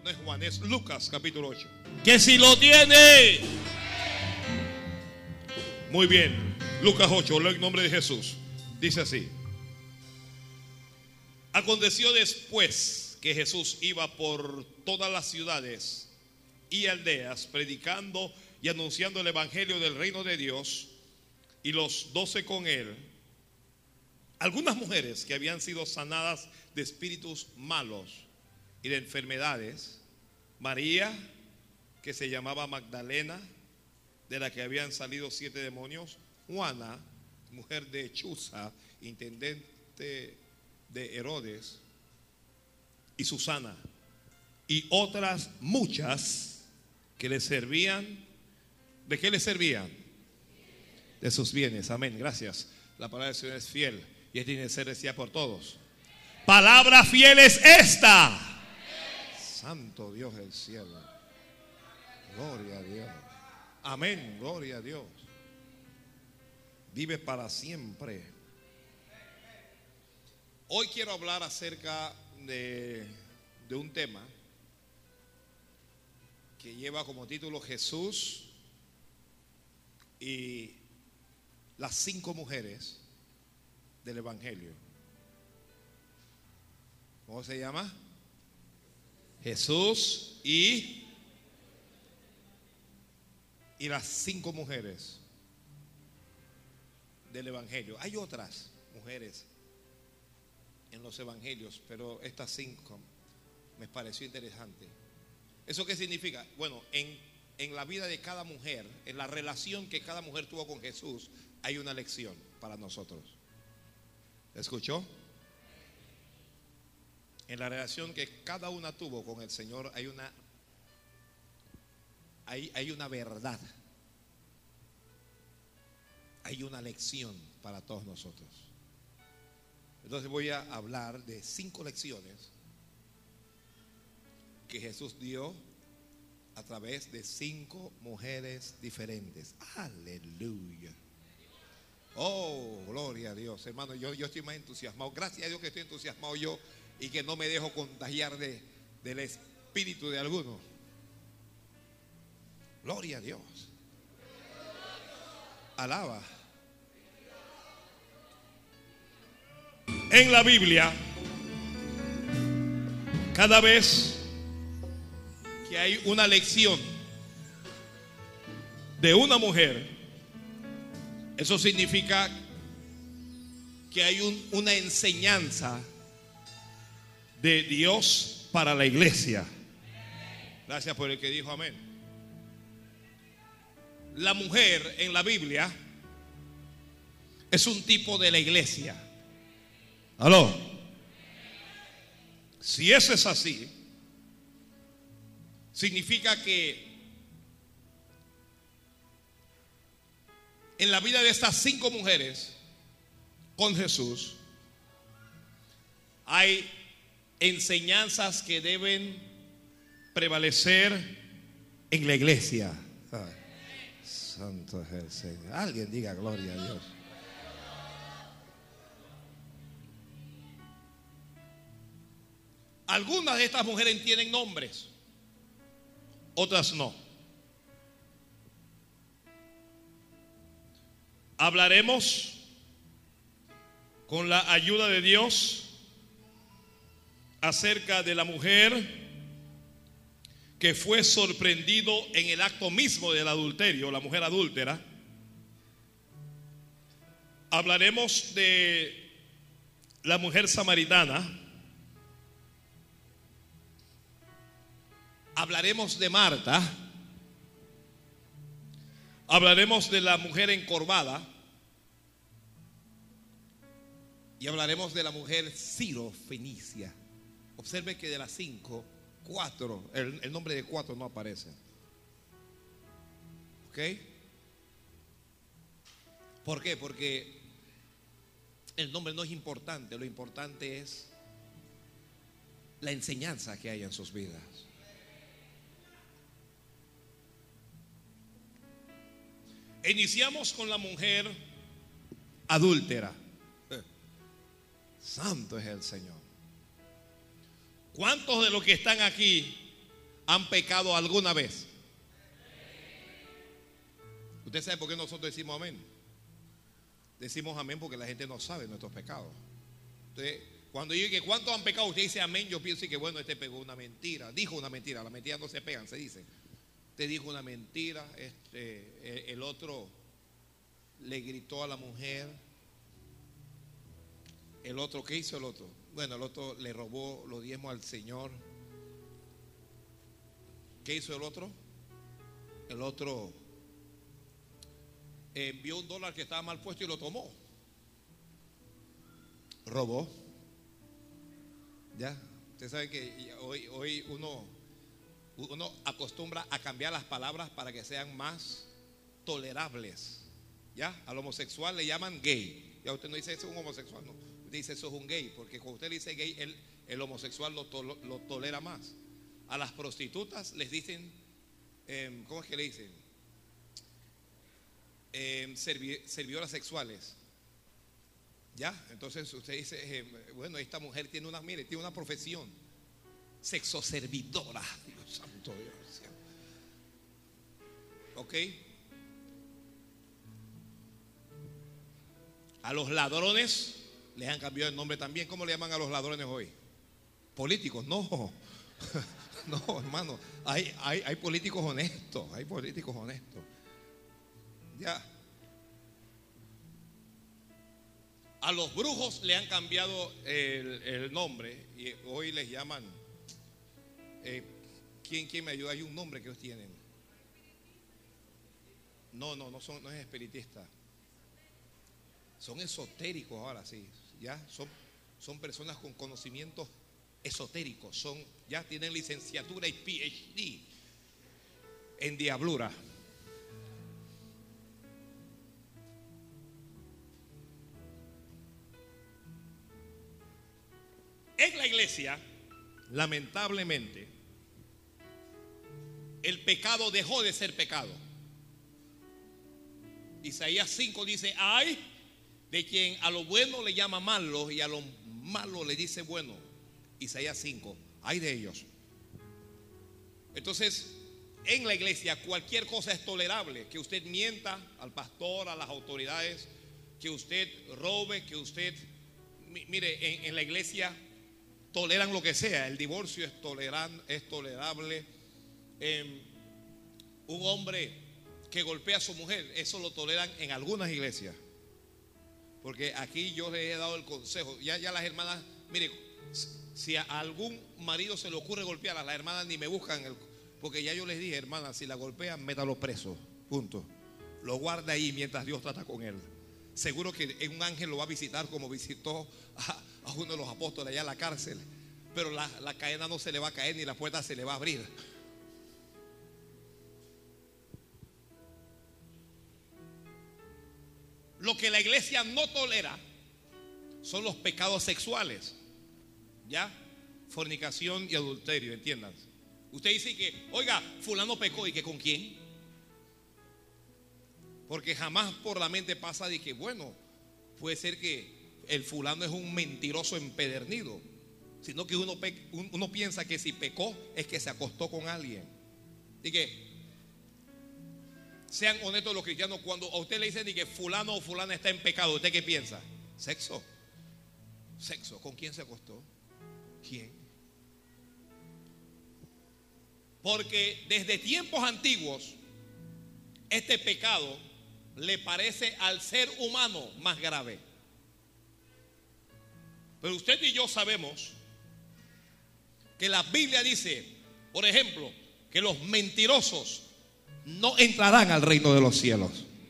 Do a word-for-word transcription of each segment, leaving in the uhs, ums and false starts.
No es Juan, es Lucas capítulo ocho. Que si lo tiene. Muy bien, Lucas ocho, leo en nombre de Jesús. Dice así: aconteció después que Jesús iba por todas las ciudades y aldeas predicando y anunciando el evangelio del reino de Dios, y los doce con él. Algunas mujeres que habían sido sanadas de espíritus malos y de enfermedades: María, que se llamaba Magdalena, de la que habían salido siete demonios; Juana, mujer de Chuza, intendente de Herodes; y Susana, y otras muchas que le servían. ¿De qué le servían? De sus bienes. Amén, gracias. La palabra del Señor es fiel y es digna de ser decida por todos. Palabra fiel es esta. Santo Dios del cielo. Gloria a Dios. Amén, gloria a Dios. Vive para siempre. Hoy quiero hablar acerca de, de un tema que lleva como título Jesús y las cinco mujeres del evangelio. ¿Cómo se llama? Jesús y y las cinco mujeres del evangelio. Hay otras mujeres en los evangelios, pero estas cinco me pareció interesante. ¿Eso qué significa? Bueno, en, en la vida de cada mujer, en la relación que cada mujer tuvo con Jesús, hay una lección para nosotros. ¿Escuchó? En la relación que cada una tuvo con el Señor hay una hay, hay una verdad. Hay una lección para todos nosotros. Entonces voy a hablar de cinco lecciones que Jesús dio a través de cinco mujeres diferentes. Aleluya. Oh, gloria a Dios, hermano. Yo, yo estoy más entusiasmado. Gracias a Dios que estoy entusiasmado yo y que no me dejo contagiar de, del espíritu de alguno. Gloria a Dios. Alaba. En la Biblia, cada vez que hay una lección de una mujer, eso significa que hay un, una enseñanza de Dios para la iglesia. Gracias por el que dijo amén. La mujer en la Biblia es un tipo de la iglesia. ¿Aló? Si eso es así, significa que en la vida de estas cinco mujeres con Jesús hay enseñanzas que deben prevalecer en la iglesia. Ay, santo es el Señor. Alguien diga gloria a Dios. Algunas de estas mujeres tienen nombres, otras no. Hablaremos con la ayuda de Dios acerca de la mujer que fue sorprendido en el acto mismo del adulterio, la mujer adúltera. Hablaremos de la mujer samaritana. Hablaremos de Marta. Hablaremos de la mujer encorvada. Y hablaremos de la mujer Ciro Fenicia. Observe que de las cinco, cuatro, el, el nombre de cuatro no aparece. ¿Ok? ¿Por qué? Porque el nombre no es importante. Lo importante es la enseñanza que hay en sus vidas. Iniciamos con la mujer adúltera. Santo es el Señor. ¿Cuántos de los que están aquí han pecado alguna vez? ¿Usted sabe por qué nosotros decimos amén? Decimos amén porque la gente no sabe nuestros pecados. Entonces, cuando yo digo que ¿cuántos han pecado? Usted dice amén, yo pienso que bueno, este pegó una mentira, dijo una mentira. Las mentiras no se pegan, se dice. Usted dijo una mentira, este, el otro le gritó a la mujer. El otro, ¿qué hizo el otro? Bueno, el otro le robó los diezmos al Señor. ¿Qué hizo el otro? El otro envió un dólar que estaba mal puesto y lo tomó. Robó. Ya, usted sabe que hoy, hoy uno, uno acostumbra a cambiar las palabras para que sean más tolerables. Ya, al homosexual le llaman gay. Ya usted no dice eso es un homosexual, no. Usted dice eso es un gay, porque cuando usted le dice gay, el, el homosexual lo, to, lo tolera más. A las prostitutas les dicen, eh, ¿cómo es que le dicen? Eh, servi, servidoras sexuales. Ya, entonces usted dice, eh, bueno, esta mujer tiene una, mire, tiene una profesión, sexoservidora. Dios santo Dios. Ok. A los ladrones les han cambiado el nombre también. ¿Cómo le llaman a los ladrones hoy? Políticos. No, no, hermano. Hay, hay, hay políticos honestos. Hay políticos honestos. Ya. A los brujos le han cambiado el, el nombre y hoy les llaman. Eh, ¿quién, ¿Quién me ayuda? Hay un nombre que ellos tienen. No, no, no son, no es espiritista. Son esotéricos ahora, sí. Ya son, son personas con conocimientos esotéricos. Son, ya tienen licenciatura y P H D en diablura. En la iglesia, lamentablemente, el pecado dejó de ser pecado. Isaías cinco dice: ay de quien a lo bueno le llama malo y a lo malo le dice bueno. Isaías cinco, ay de ellos. Entonces, en la iglesia cualquier cosa es tolerable. Que usted mienta al pastor, a las autoridades, que usted robe, que usted, mire, en, en la iglesia toleran lo que sea. El divorcio es, toleran, es tolerable. Eh, un hombre que golpea a su mujer, eso lo toleran en algunas iglesias. Porque aquí yo les he dado el consejo. Ya, ya las hermanas, mire, si a algún marido se le ocurre golpearla, las hermanas ni me buscan el, porque ya yo les dije, hermanas, si la golpean, métalo preso, punto. Lo guarda ahí mientras Dios trata con él. Seguro que un ángel lo va a visitar como visitó a, a uno de los apóstoles allá en la cárcel. Pero la, la cadena no se le va a caer ni la puerta se le va a abrir. Lo que la iglesia no tolera son los pecados sexuales. ¿Ya? Fornicación y adulterio, entiendan. Usted dice que, oiga, fulano pecó, ¿y que con quién? Porque jamás por la mente pasa de que, bueno, puede ser que el fulano es un mentiroso empedernido, sino que uno, uno piensa que si pecó es que se acostó con alguien. Y que sean honestos los cristianos, cuando a usted le dicen que fulano o fulana está en pecado, ¿usted qué piensa? Sexo. Sexo. ¿Con quién se acostó? ¿Quién? Porque desde tiempos antiguos este pecado le parece al ser humano más grave. Pero usted y yo sabemos que la Biblia dice, por ejemplo, que los mentirosos no entrarán al reino de los cielos.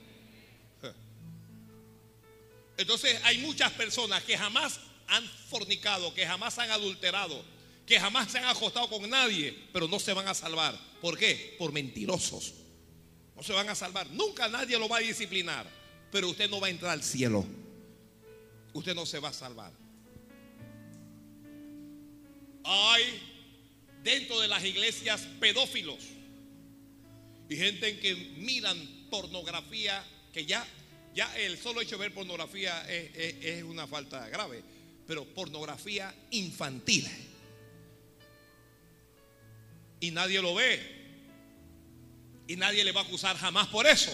Entonces hay muchas personas que jamás han fornicado, que jamás han adulterado, que jamás se han acostado con nadie, pero no se van a salvar. ¿Por qué? Por mentirosos. No se van a salvar. Nunca nadie lo va a disciplinar, pero usted no va a entrar al cielo. Usted no se va a salvar. Hay dentro de las iglesias pedófilos y gente que miran pornografía, que ya, ya el solo hecho de ver pornografía es, es, es una falta grave, pero pornografía infantil. y nadie lo ve, y nadie le va a acusar jamás por eso.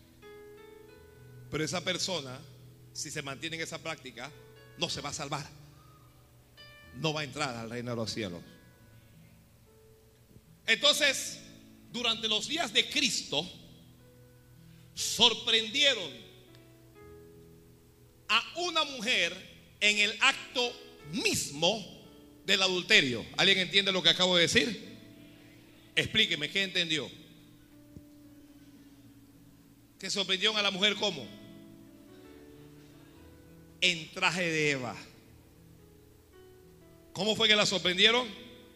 Pero esa persona, si se mantiene en esa práctica, no se va a salvar, no va a entrar al reino de los cielos. Entonces, durante los días de Cristo, sorprendieron a una mujer en el acto mismo del adulterio. ¿Alguien entiende lo que acabo de decir? Explíqueme, ¿qué entendió? ¿Que sorprendieron a la mujer cómo? En traje de Eva. ¿Cómo fue que la sorprendieron?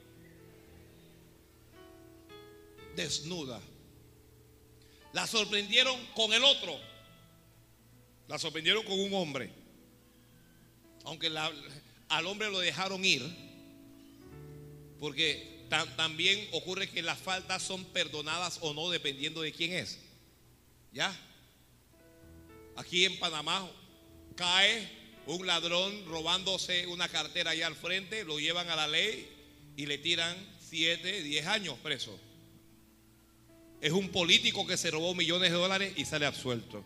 Desnuda. La sorprendieron con el otro. La sorprendieron con un hombre. Aunque la, al hombre lo dejaron ir, porque tam, también ocurre que las faltas son perdonadas o no dependiendo de quién es. ¿Ya? Aquí en Panamá cae un ladrón robándose una cartera allá al frente, lo llevan a la ley y le tiran siete, diez años preso. Es un político que se robó millones de dólares y sale absuelto.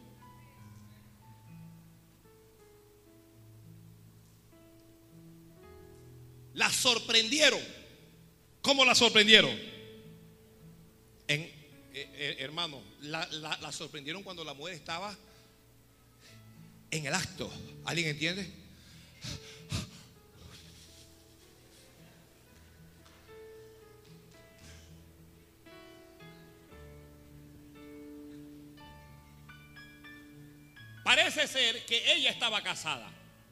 La sorprendieron. ¿Cómo la sorprendieron? En, eh, eh, hermano, la, la, la sorprendieron cuando la mujer estaba en el acto. ¿Alguien entiende? Parece ser que ella estaba casada.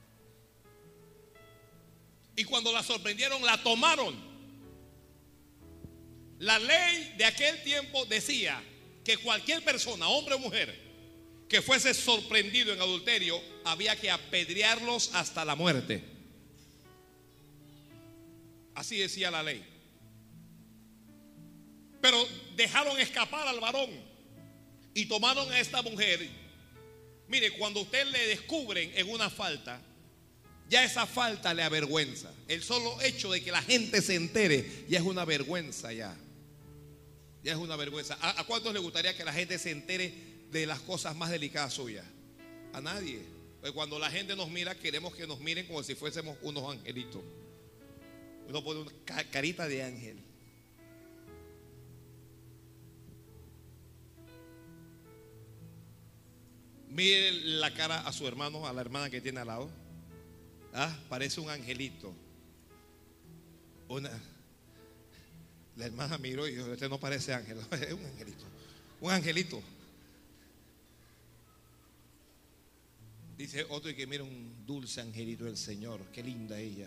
Y cuando la sorprendieron, la tomaron. La ley de aquel tiempo decía que cualquier persona, hombre o mujer, que fuese sorprendido en adulterio, había que apedrearlos hasta la muerte. Así decía la ley. Pero dejaron escapar al varón y tomaron a esta mujer. Mire, cuando usted le descubren en una falta, ya esa falta le avergüenza. El solo hecho de que la gente se entere ya es una vergüenza ya. Ya es una vergüenza. ¿A, a cuántos le gustaría que la gente se entere de las cosas más delicadas suyas? A nadie. Porque cuando la gente nos mira, queremos que nos miren como si fuésemos unos angelitos. Uno pone una carita de ángel. Mire la cara a su hermano, a la hermana que tiene al lado. Ah, parece un angelito. Una, la hermana miró y dijo: este no parece ángel, es un angelito. Un angelito. Dice otro que mira, un dulce angelito del Señor. Qué linda ella.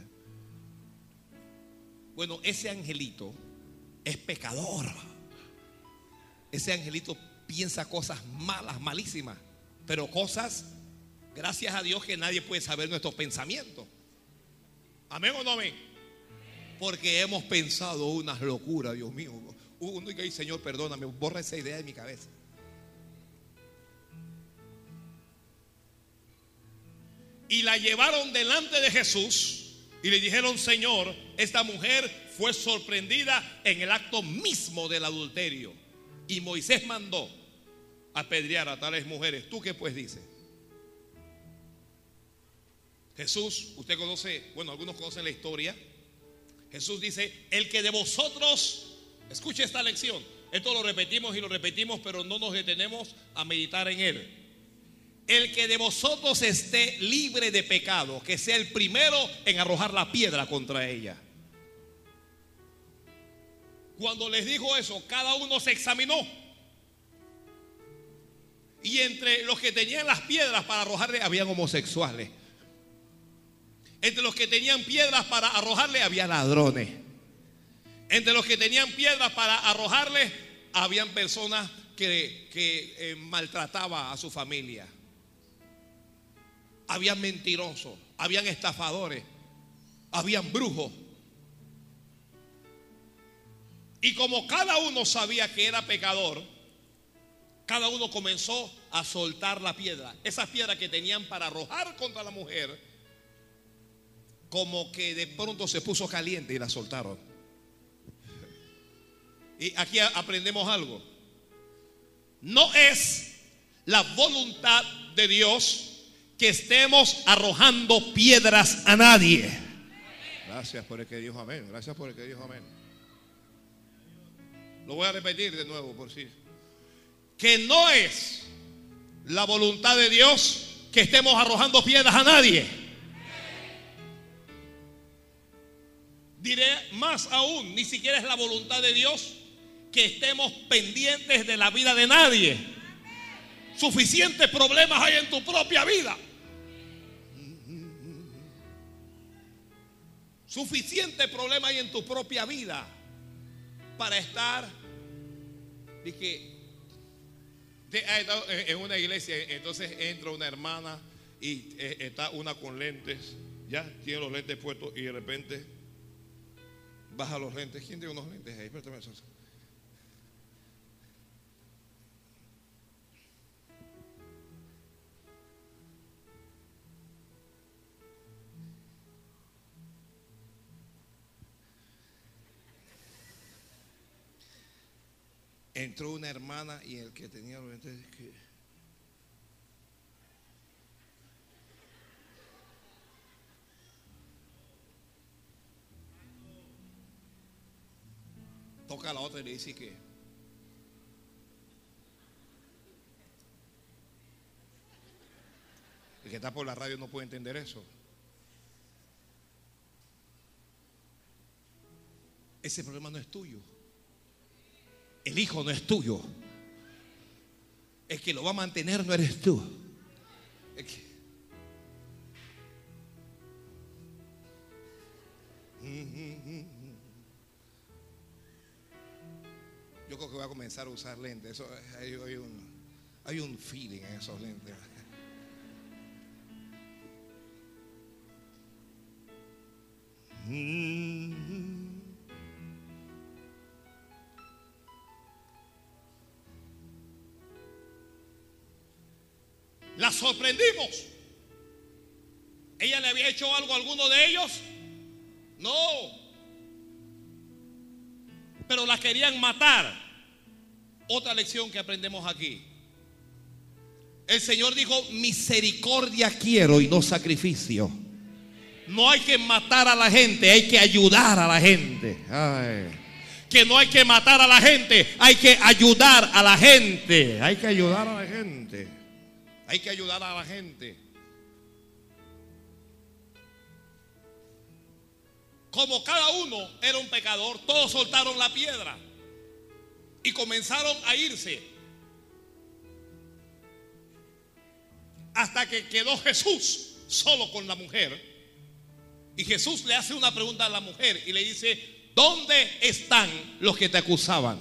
Bueno, ese angelito es pecador. Ese angelito piensa cosas malas, malísimas. Pero cosas, gracias a Dios, que nadie puede saber nuestros pensamientos. ¿Amén o no amén? Porque hemos pensado unas locuras, Dios mío. Uno dice: Señor, perdóname, borra esa idea de mi cabeza. Y la llevaron delante de Jesús y le dijeron: Señor, esta mujer fue sorprendida en el acto mismo del adulterio, y Moisés mandó apedrear a tales mujeres. ¿Tú qué pues dices? Jesús, usted conoce, bueno, algunos conocen la historia. Jesús dice: el que de vosotros, escuche esta lección, esto lo repetimos y lo repetimos, pero no nos detenemos a meditar en él. El que de vosotros esté libre de pecado, que sea el primero en arrojar la piedra contra ella. Cuando les dijo eso, cada uno se examinó. Y entre los que tenían las piedras para arrojarle, habían homosexuales. Entre los que tenían piedras para arrojarle, había ladrones. Entre los que tenían piedras para arrojarle, habían personas que, que eh, maltrataban a su familia. Habían mentirosos, habían estafadores, habían brujos. Y como cada uno sabía que era pecador, cada uno comenzó a soltar la piedra. Esas piedras que tenían para arrojar contra la mujer, como que de pronto se puso caliente y la soltaron. Y aquí aprendemos algo. No es la voluntad de Dios que estemos arrojando piedras a nadie. Gracias por el que dijo amén. Gracias por el que dijo amén. Lo voy a repetir de nuevo por si. Que no es la voluntad de Dios que estemos arrojando piedras a nadie. Diré más aún, ni siquiera es la voluntad de Dios que estemos pendientes de la vida de nadie. Suficientes problemas hay en tu propia vida. Suficiente problema hay en tu propia vida para estar de que de, en una iglesia. Entonces entra una hermana y eh, está una con lentes, ya tiene los lentes puestos y de repente baja los lentes. ¿Quién tiene unos lentes ahí? Préstame eso. Entró una hermana y el que tenía los lentes que toca a la otra y le dice que el que está por la radio no puede entender eso. Ese problema no es tuyo. El hijo no es tuyo. El que lo va a mantener no eres tú. El que... Yo creo que voy a comenzar a usar lentes. Eso, hay, hay, un, hay un feeling en esos lentes. La sorprendimos. ¿Ella le había hecho algo a alguno de ellos? No. Pero la querían matar. Otra lección que aprendemos aquí. El Señor dijo: misericordia quiero y no sacrificio. No hay que matar a la gente, hay que ayudar a la gente. Ay. Que no hay que matar a la gente, hay que ayudar a la gente. Hay que ayudar a la gente. Hay que ayudar a la gente. Como cada uno era un pecador, todos soltaron la piedra y comenzaron a irse. Hasta que quedó Jesús solo con la mujer. Y Jesús le hace una pregunta a la mujer y le dice: ¿dónde están los que te acusaban?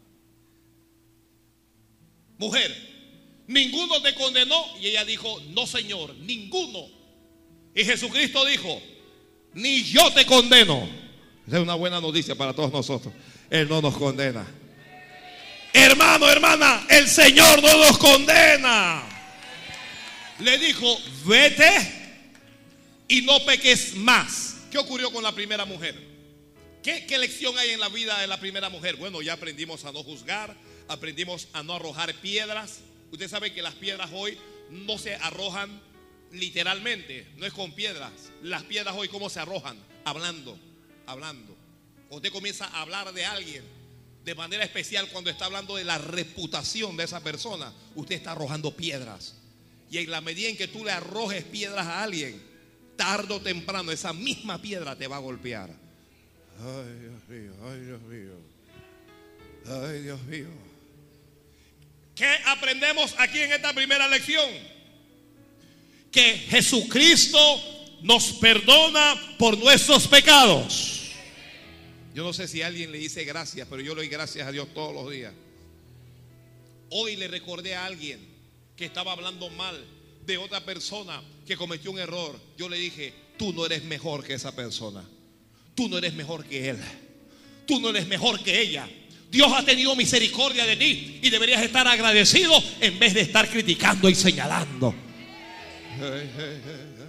Mujer, ¿ninguno te condenó? Y ella dijo: no, Señor, ninguno. Y Jesucristo dijo: ni yo te condeno. Esa es una buena noticia para todos nosotros. Él no nos condena. Hermano, hermana, el Señor no nos condena. Le dijo: vete y no peques más. ¿Qué ocurrió con la primera mujer? ¿Qué, qué lección hay en la vida de la primera mujer? Bueno, ya aprendimos a no juzgar, aprendimos a no arrojar piedras. Usted sabe que las piedras hoy no se arrojan literalmente, no es con piedras. Las piedras hoy, ¿cómo se arrojan? Hablando, hablando. Usted comienza a hablar de alguien de manera especial cuando está hablando de la reputación de esa persona. Usted está arrojando piedras. Y en la medida en que tú le arrojes piedras a alguien, tarde o temprano esa misma piedra te va a golpear. Ay, Dios mío, ay, Dios mío, ay, Dios mío. ¿Qué aprendemos aquí en esta primera lección? Que Jesucristo nos perdona por nuestros pecados. Yo no sé si alguien le dice gracias, pero yo le doy gracias a Dios todos los días. Hoy le recordé a alguien que estaba hablando mal de otra persona que cometió un error. Yo le dije: tú no eres mejor que esa persona. Tú no eres mejor que él. Tú no eres mejor que ella. Dios ha tenido misericordia de ti y deberías estar agradecido en vez de estar criticando y señalando. Hey, hey, hey, hey.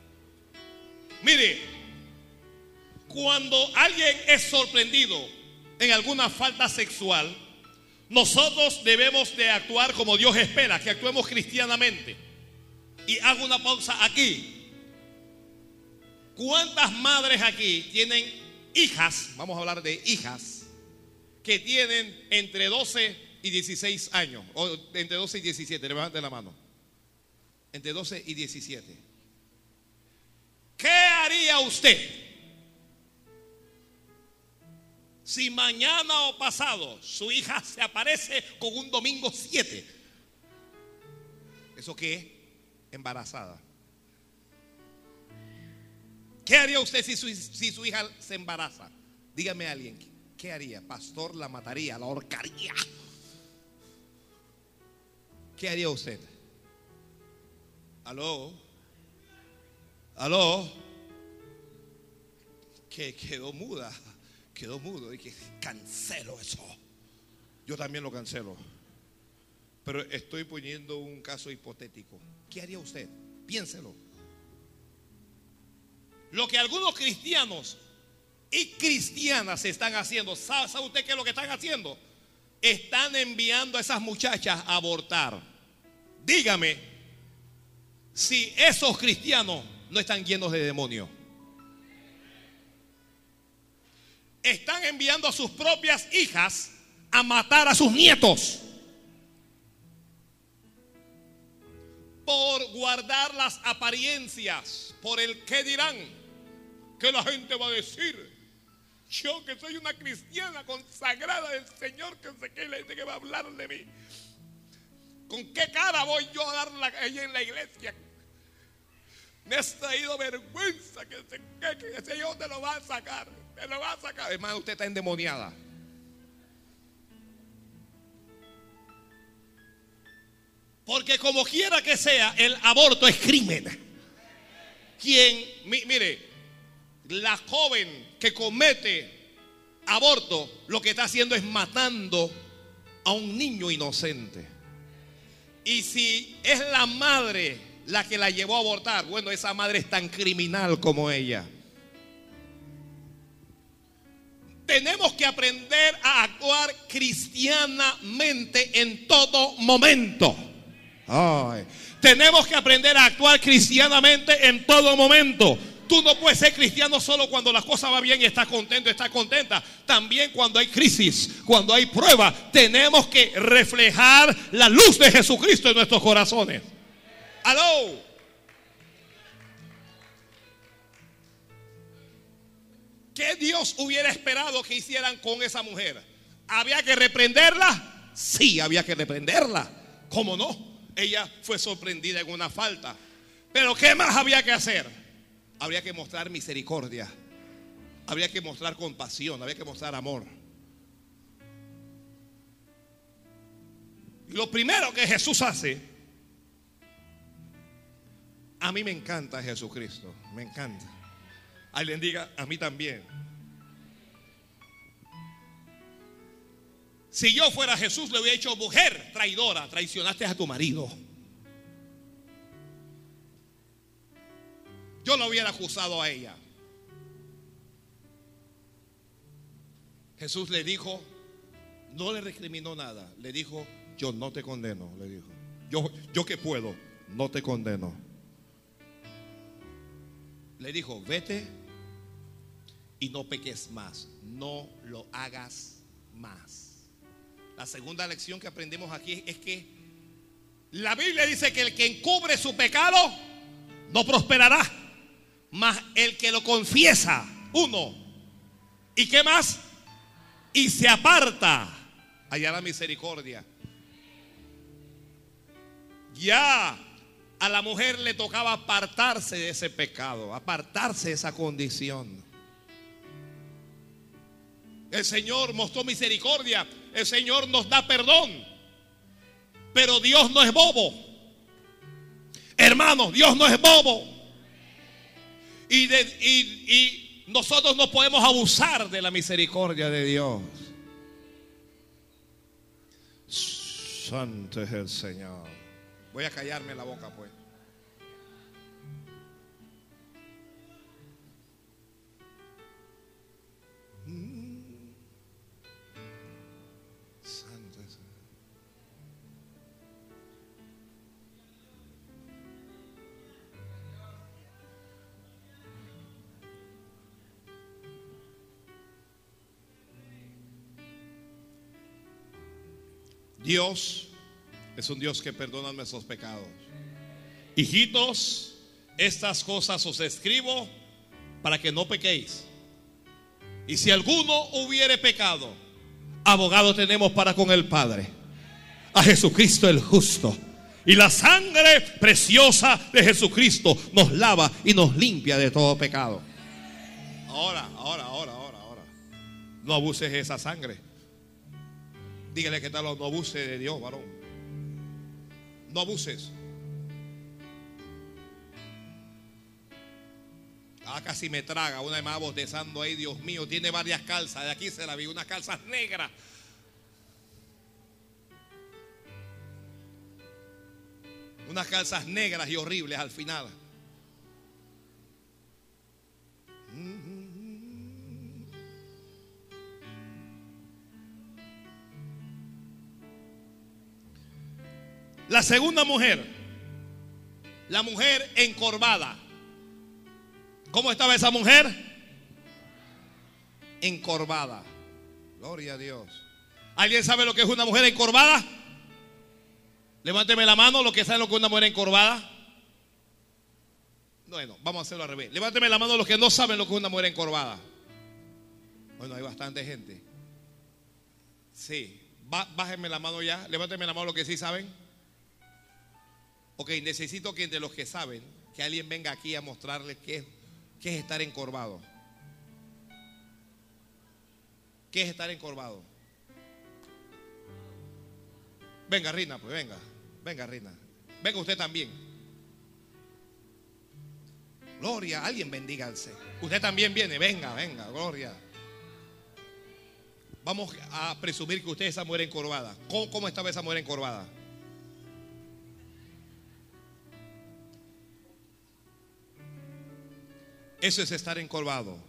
Mire, cuando alguien es sorprendido en alguna falta sexual, nosotros debemos de actuar como Dios espera, que actuemos cristianamente. Y hago una pausa aquí. ¿Cuántas madres aquí tienen hijas, vamos a hablar de hijas, que tienen entre doce y dieciséis años? O entre doce y diecisiete, levanten la mano. Entre doce y diecisiete. ¿Qué haría usted si mañana o pasado su hija se aparece con un domingo siete? ¿Eso qué es? Embarazada. ¿Qué haría usted si su, si su hija se embaraza? Dígame a alguien, ¿qué haría? Pastor, la mataría, la ahorcaría. ¿Qué haría usted? ¿Aló? ¿Aló? Que quedó muda. Quedó mudo y que cancelo eso. Yo también lo cancelo. Pero estoy poniendo un caso hipotético. ¿Qué haría usted? Piénselo. Lo que algunos cristianos y cristianas están haciendo, ¿sabe, sabe usted qué es lo que están haciendo? Están enviando a esas muchachas a abortar. Dígame si esos cristianos no están llenos de demonios. Están enviando a sus propias hijas a matar a sus nietos por guardar las apariencias, por el qué dirán, qué la gente va a decir. Yo que soy una cristiana consagrada del Señor, que sé que la gente que va a hablar de mí. ¿Con qué cara voy yo a darla ahí en la iglesia? Me has traído vergüenza, que, se, que, que ese Dios te lo va a sacar, te lo va a sacar. Hermano, usted está endemoniada. Porque como quiera que sea, el aborto es crimen. Quien, mire, la joven que comete aborto, lo que está haciendo es matando a un niño inocente. Y si es la madre la que la llevó a abortar, bueno, esa madre es tan criminal como ella. Tenemos que aprender a actuar cristianamente en todo momento. Ay. Tenemos que aprender a actuar cristianamente en todo momento. Tú no puedes ser cristiano solo cuando las cosas van bien y estás contento, estás contenta. También cuando hay crisis, cuando hay prueba, tenemos que reflejar la luz de Jesucristo en nuestros corazones. ¡Aló! ¿Qué Dios hubiera esperado que hicieran con esa mujer? ¿Había que reprenderla? Sí, había que reprenderla. ¿Cómo no? Ella fue sorprendida en una falta. Pero ¿qué más había que hacer? Habría que mostrar misericordia. Habría que mostrar compasión. Habría que mostrar amor. Y lo primero que Jesús hace, a mí me encanta Jesucristo. Me encanta. Alguien diga, a mí también. Si yo fuera Jesús, le hubiera dicho, mujer traidora, traicionaste a tu marido. Yo la hubiera acusado a ella. Jesús le dijo, no le recriminó nada. Le dijo, yo no te condeno. Le dijo, yo, yo que puedo, no te condeno. Le dijo, vete y no peques más. No lo hagas más. La segunda lección que aprendemos aquí es que la Biblia dice que el que encubre su pecado no prosperará, mas el que lo confiesa, uno, ¿y qué más? Y se aparta, hallará misericordia. Ya a la mujer le tocaba apartarse de ese pecado, apartarse de esa condición. El Señor mostró misericordia, el Señor nos da perdón, pero Dios no es bobo. Hermanos, Dios no es bobo. Y, de, y, y nosotros no podemos abusar de la misericordia de Dios. Santo es el Señor. Voy a callarme la boca, pues. Dios es un Dios que perdona nuestros pecados. Hijitos, estas cosas os escribo para que no pequéis. Y si alguno hubiere pecado, abogado tenemos para con el Padre, a Jesucristo el justo. Y la sangre preciosa de Jesucristo nos lava y nos limpia de todo pecado. Ahora, ahora, ahora, ahora, ahora. No abuses de esa sangre. Dígale que tal, no abuses de Dios, varón. No abuses. Ah, casi me traga. Una más bostezando ahí, Dios mío. Tiene varias calzas. De aquí se la vi, unas calzas negras. Unas calzas negras y horribles al final. La segunda mujer, la mujer encorvada. ¿Cómo estaba esa mujer? Encorvada. Gloria a Dios. ¿Alguien sabe lo que es una mujer encorvada? Levánteme la mano, los que saben lo que es una mujer encorvada. Bueno, vamos a hacerlo al revés. Levánteme la mano los que no saben lo que es una mujer encorvada. Bueno, hay bastante gente. Sí, bájenme la mano ya. Levánteme la mano los que sí saben. Ok, necesito que entre los que saben, que alguien venga aquí a mostrarles qué, qué es estar encorvado. ¿Qué es estar encorvado? Venga, Rina, pues venga. Venga, Rina. Venga usted también. Gloria, alguien bendíganse. Usted también viene, venga, venga, gloria. Vamos a presumir que usted es esa mujer encorvada. ¿Cómo, cómo estaba esa mujer encorvada? Eso es estar encorvado.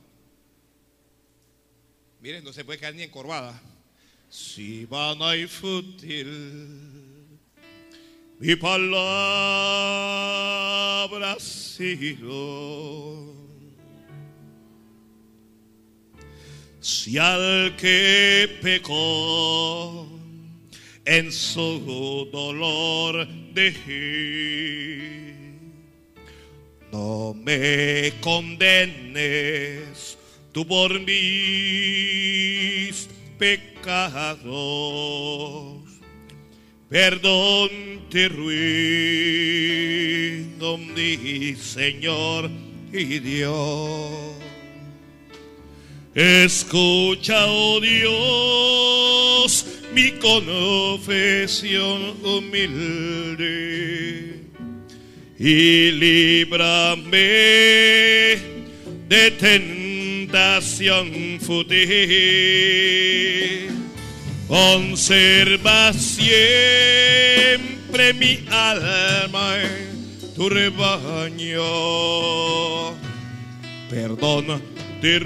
Miren, no se puede quedar ni encorvada. Si vana y fútil mi palabra ha sido, si al que pecó en su dolor dejé, no me condenes tú por mis pecados, perdón te ruego, mi Señor y Dios. Escucha, oh Dios, mi confesión humilde y líbrame de tentación fútil. Conserva siempre mi alma en tu rebaño. Perdona, te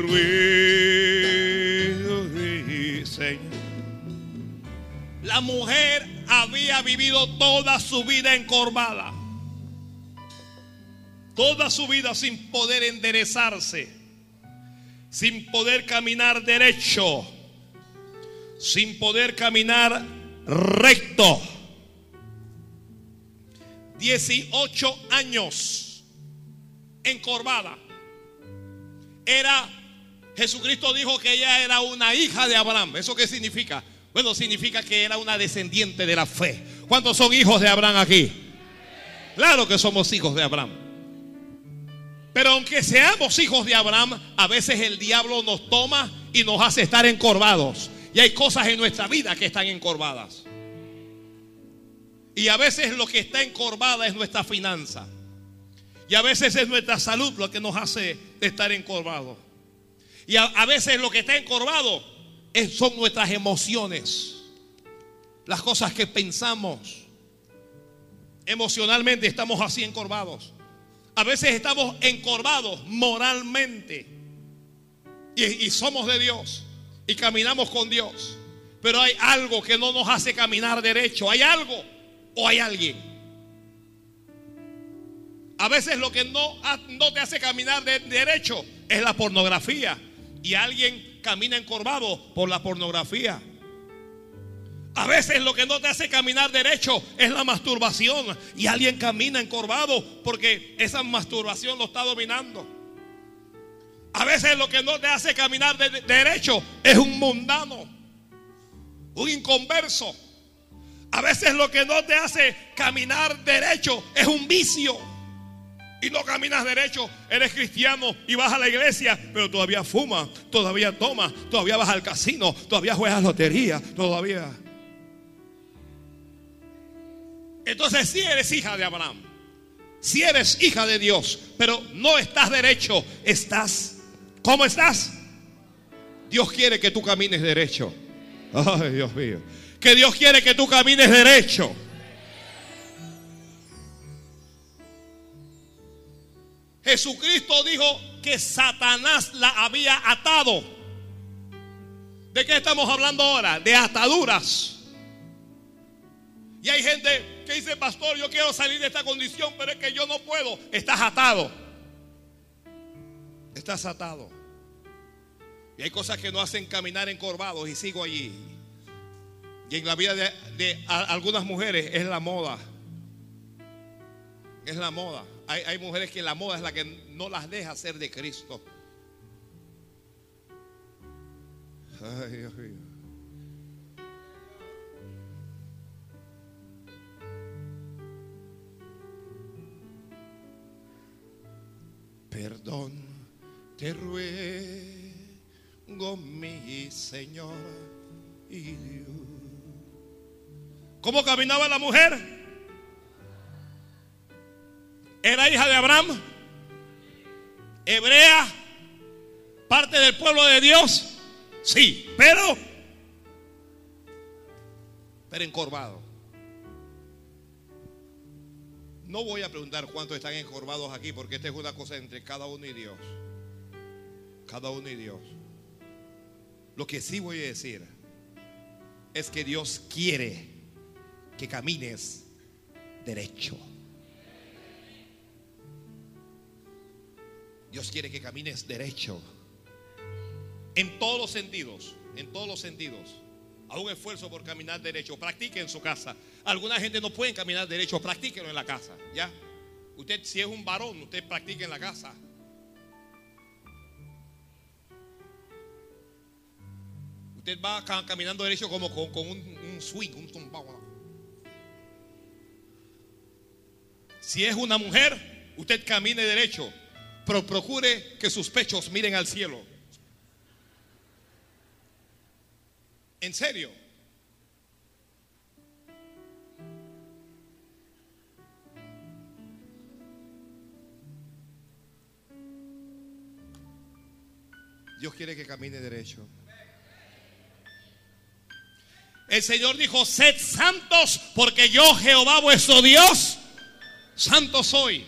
ruego, Señor. La mujer había vivido toda su vida encorvada, toda su vida sin poder enderezarse, sin poder caminar derecho, sin poder caminar recto. dieciocho años encorvada. Era, Jesucristo dijo que ella era una hija de Abraham. ¿Eso qué significa? Bueno, significa que era una descendiente de la fe. ¿Cuántos son hijos de Abraham aquí? Claro que somos hijos de Abraham. Pero aunque seamos hijos de Abraham, a veces el diablo nos toma y nos hace estar encorvados. Y hay cosas en nuestra vida que están encorvadas. Y a veces lo que está encorvada es nuestra finanza. Y a veces es nuestra salud lo que nos hace estar encorvados. Y a, a veces lo que está encorvado es, son nuestras emociones. Las cosas que pensamos. Emocionalmente estamos así encorvados. A veces estamos encorvados moralmente. Y, y somos de Dios. Y caminamos con Dios. Pero hay algo que no nos hace caminar derecho. Hay algo o hay alguien. A veces lo que no, no te hace caminar de derecho es la pornografía. Y alguien camina encorvado por la pornografía. A veces lo que no te hace caminar derecho es la masturbación. Y alguien camina encorvado porque esa masturbación lo está dominando. A veces lo que no te hace caminar de, de, derecho es un mundano, un inconverso. A veces lo que no te hace caminar derecho es un vicio. Y no caminas derecho, eres cristiano y vas a la iglesia, pero todavía fumas, todavía tomas, todavía vas al casino, todavía juegas lotería, todavía. Entonces sí eres hija de Abraham, sí eres hija de Dios, pero no estás derecho, estás, ¿cómo estás? Dios quiere que tú camines derecho. Ay, Dios mío, que Dios quiere que tú camines derecho. Jesucristo dijo que Satanás la había atado. ¿De qué estamos hablando ahora? De ataduras. Y hay gente que dice: pastor, yo quiero salir de esta condición, pero es que yo no puedo. Estás atado. Estás atado. Y hay cosas que nos hacen caminar encorvados y sigo allí. Y en la vida de, de a, algunas mujeres es la moda. Es la moda. Hay, hay mujeres que la moda es la que no las deja ser de Cristo. Ay, Dios mío. Perdón te ruego, mi Señor y Dios. ¿Cómo caminaba la mujer? ¿Era hija de Abraham? ¿Hebrea? ¿Parte del pueblo de Dios? Sí, pero Pero encorvado. No voy a preguntar cuántos están encorvados aquí, porque esta es una cosa entre cada uno y Dios. Cada uno y Dios. Lo que sí voy a decir es que Dios quiere que camines derecho. Dios quiere que camines derecho. En todos los sentidos. En todos los sentidos. Haga un esfuerzo por caminar derecho. Practique en su casa. Alguna gente no puede caminar derecho. Practíquelo en la casa. ¿Ya? Usted, si es un varón, usted practique en la casa. Usted va caminando derecho como con, con un, un swing, un tumbao. Si es una mujer, usted camine derecho. Pero procure que sus pechos miren al cielo. ¿En serio? Dios quiere que camine derecho. El Señor dijo: sed santos, porque yo, Jehová vuestro Dios, santo soy.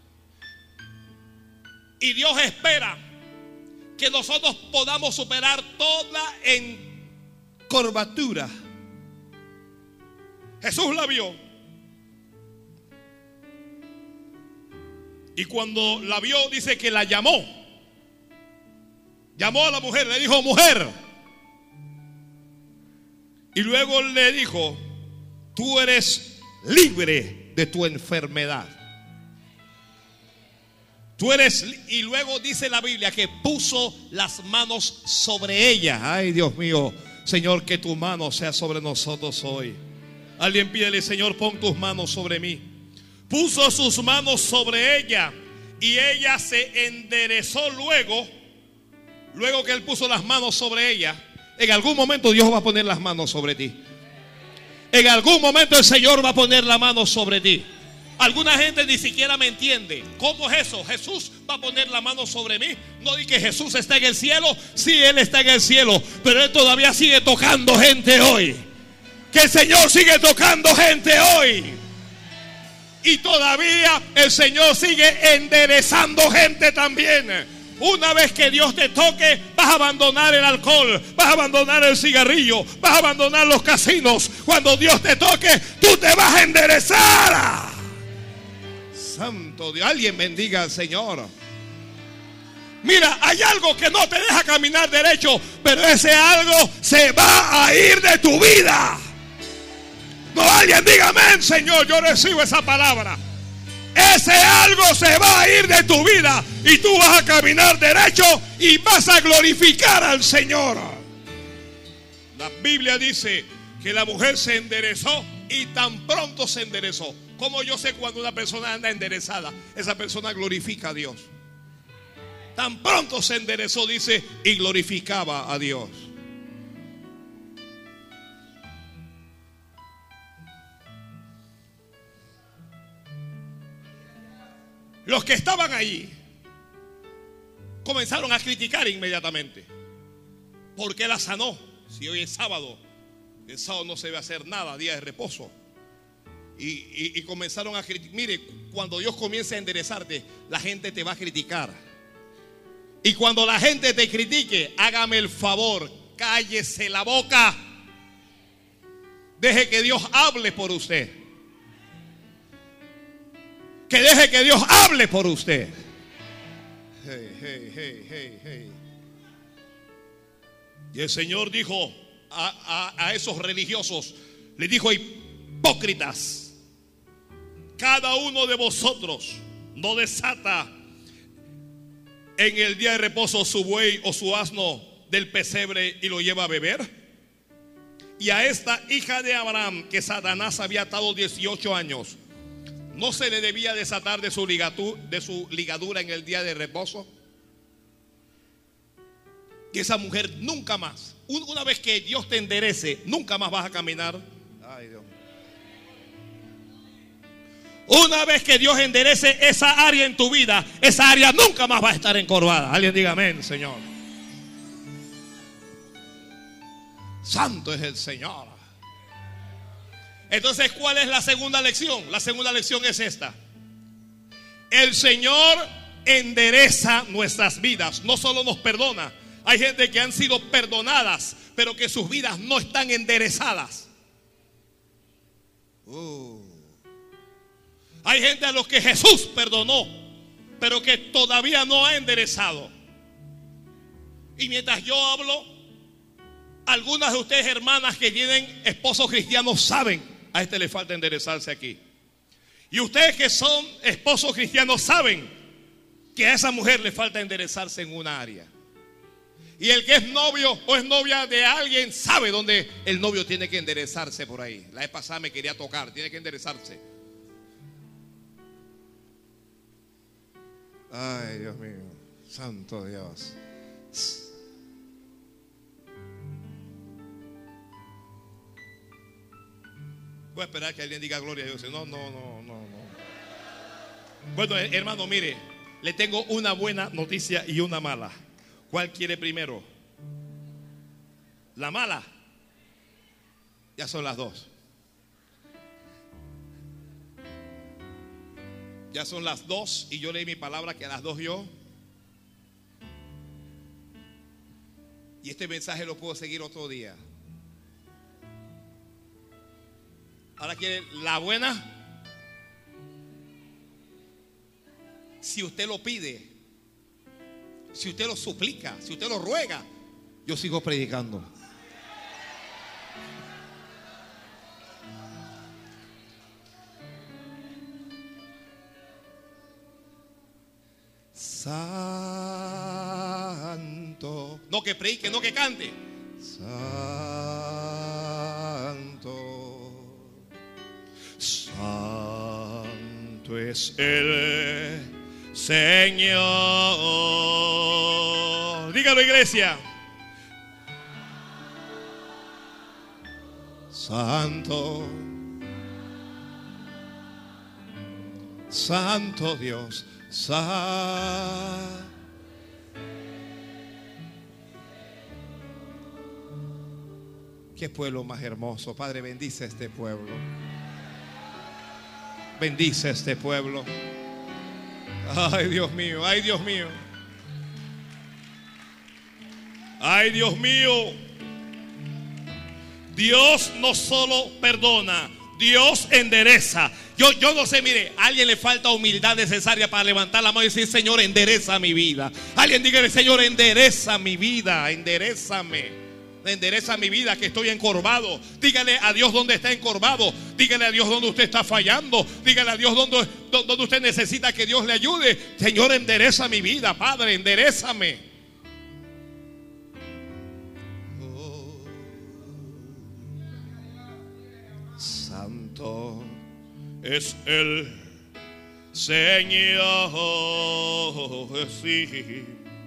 Y Dios espera que nosotros podamos superar toda encorvatura. Jesús la vio. Y cuando la vio, dice que la llamó. Llamó a la mujer, le dijo: mujer. Y luego le dijo: tú eres libre de tu enfermedad. Tú eres, y luego dice la Biblia que puso las manos sobre ella. Ay, Dios mío, Señor, que tu mano sea sobre nosotros hoy. Alguien pídele: Señor, pon tus manos sobre mí. Puso sus manos sobre ella y ella se enderezó luego. Luego que él puso las manos sobre ella, en algún momento Dios va a poner las manos sobre ti. En algún momento el Señor va a poner la mano sobre ti. Alguna gente ni siquiera me entiende. ¿Cómo es eso? Jesús va a poner la mano sobre mí. No di que Jesús está en el cielo. Sí, Él está en el cielo, pero Él todavía sigue tocando gente hoy. Que el Señor sigue tocando gente hoy. Y todavía el Señor sigue enderezando gente también. Una vez que Dios te toque, vas a abandonar el alcohol, vas a abandonar el cigarrillo, vas a abandonar los casinos. Cuando Dios te toque, tú te vas a enderezar. Santo Dios, alguien bendiga al Señor. Mira, hay algo que no te deja caminar derecho, pero ese algo se va a ir de tu vida. No, alguien diga amén, Señor, yo recibo esa palabra. Ese algo se va a ir de tu vida y tú vas a caminar derecho y vas a glorificar al Señor. La Biblia dice que la mujer se enderezó y tan pronto se enderezó. ¿Cómo yo sé cuando una persona anda enderezada? Esa persona glorifica a Dios. Tan pronto se enderezó, dice, y glorificaba a Dios. Los que estaban allí comenzaron a criticar inmediatamente. ¿Por qué la sanó? Si hoy es sábado, el sábado no se debe hacer nada, día de reposo. Y, y, y comenzaron a criticar. Mire, cuando Dios comienza a enderezarte, la gente te va a criticar. Y cuando la gente te critique, hágame el favor, cállese la boca. Deje que Dios hable por usted. Que deje que Dios hable por usted. Hey, hey, hey, hey, hey. Y el Señor dijo a, a, a esos religiosos, les dijo: hipócritas, cada uno de vosotros no desata en el día de reposo su buey o su asno del pesebre y lo lleva a beber. Y a esta hija de Abraham, que Satanás había atado dieciocho años, ¿no se le debía desatar de su, ligatu, de su ligadura en el día de reposo? Que esa mujer nunca más, una vez que Dios te enderece, nunca más vas a caminar. Ay, Dios. Una vez que Dios enderece esa área en tu vida, esa área nunca más va a estar encorvada. Alguien diga amén, Señor. Santo es el Señor. Entonces, ¿cuál es la segunda lección? La segunda lección es esta: el Señor endereza nuestras vidas. No solo nos perdona. Hay gente que han sido perdonadas, pero que sus vidas no están enderezadas. uh. Hay gente a los que Jesús perdonó, pero que todavía no ha enderezado. Y mientras yo hablo, algunas de ustedes, hermanas que tienen esposos cristianos, saben: a este le falta enderezarse aquí. Y ustedes que son esposos cristianos saben que a esa mujer le falta enderezarse en una área. Y el que es novio o es novia de alguien sabe dónde el novio tiene que enderezarse por ahí. La vez pasada me quería tocar, tiene que enderezarse. Ay, Dios mío, santo Dios. Voy a esperar que alguien diga gloria a Dios. No, no, no, no, no. Bueno, hermano, mire, le tengo una buena noticia y una mala. ¿Cuál quiere primero? La mala. Ya son las dos. Ya son las dos y yo leí mi palabra que a las dos yo. Y este mensaje lo puedo seguir otro día. Ahora quiere la buena. Si usted lo pide, si usted lo suplica, si usted lo ruega, yo sigo predicando. Santo. No que predique, no que cante. Santo. Santo es el Señor. Dígalo, iglesia. Santo. Santo Dios. Santo. Qué pueblo más hermoso. Padre, bendice a este pueblo. Bendice a este pueblo. Ay, Dios mío, ay, Dios mío. Ay, Dios mío. Dios no solo perdona, Dios endereza. Yo, yo no sé, mire, a alguien le falta humildad necesaria para levantar la mano y decir: Señor, endereza mi vida. Alguien dígale: Señor, endereza mi vida, enderezame. endereza mi vida que estoy encorvado. Dígale a Dios dónde está encorvado. Dígale a Dios dónde usted está fallando. Dígale a Dios dónde, dónde usted necesita que Dios le ayude. Señor, endereza mi vida, Padre, enderezame. Oh, santo es el Señor, sí.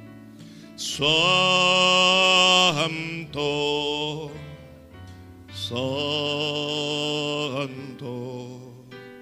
Santo, santo,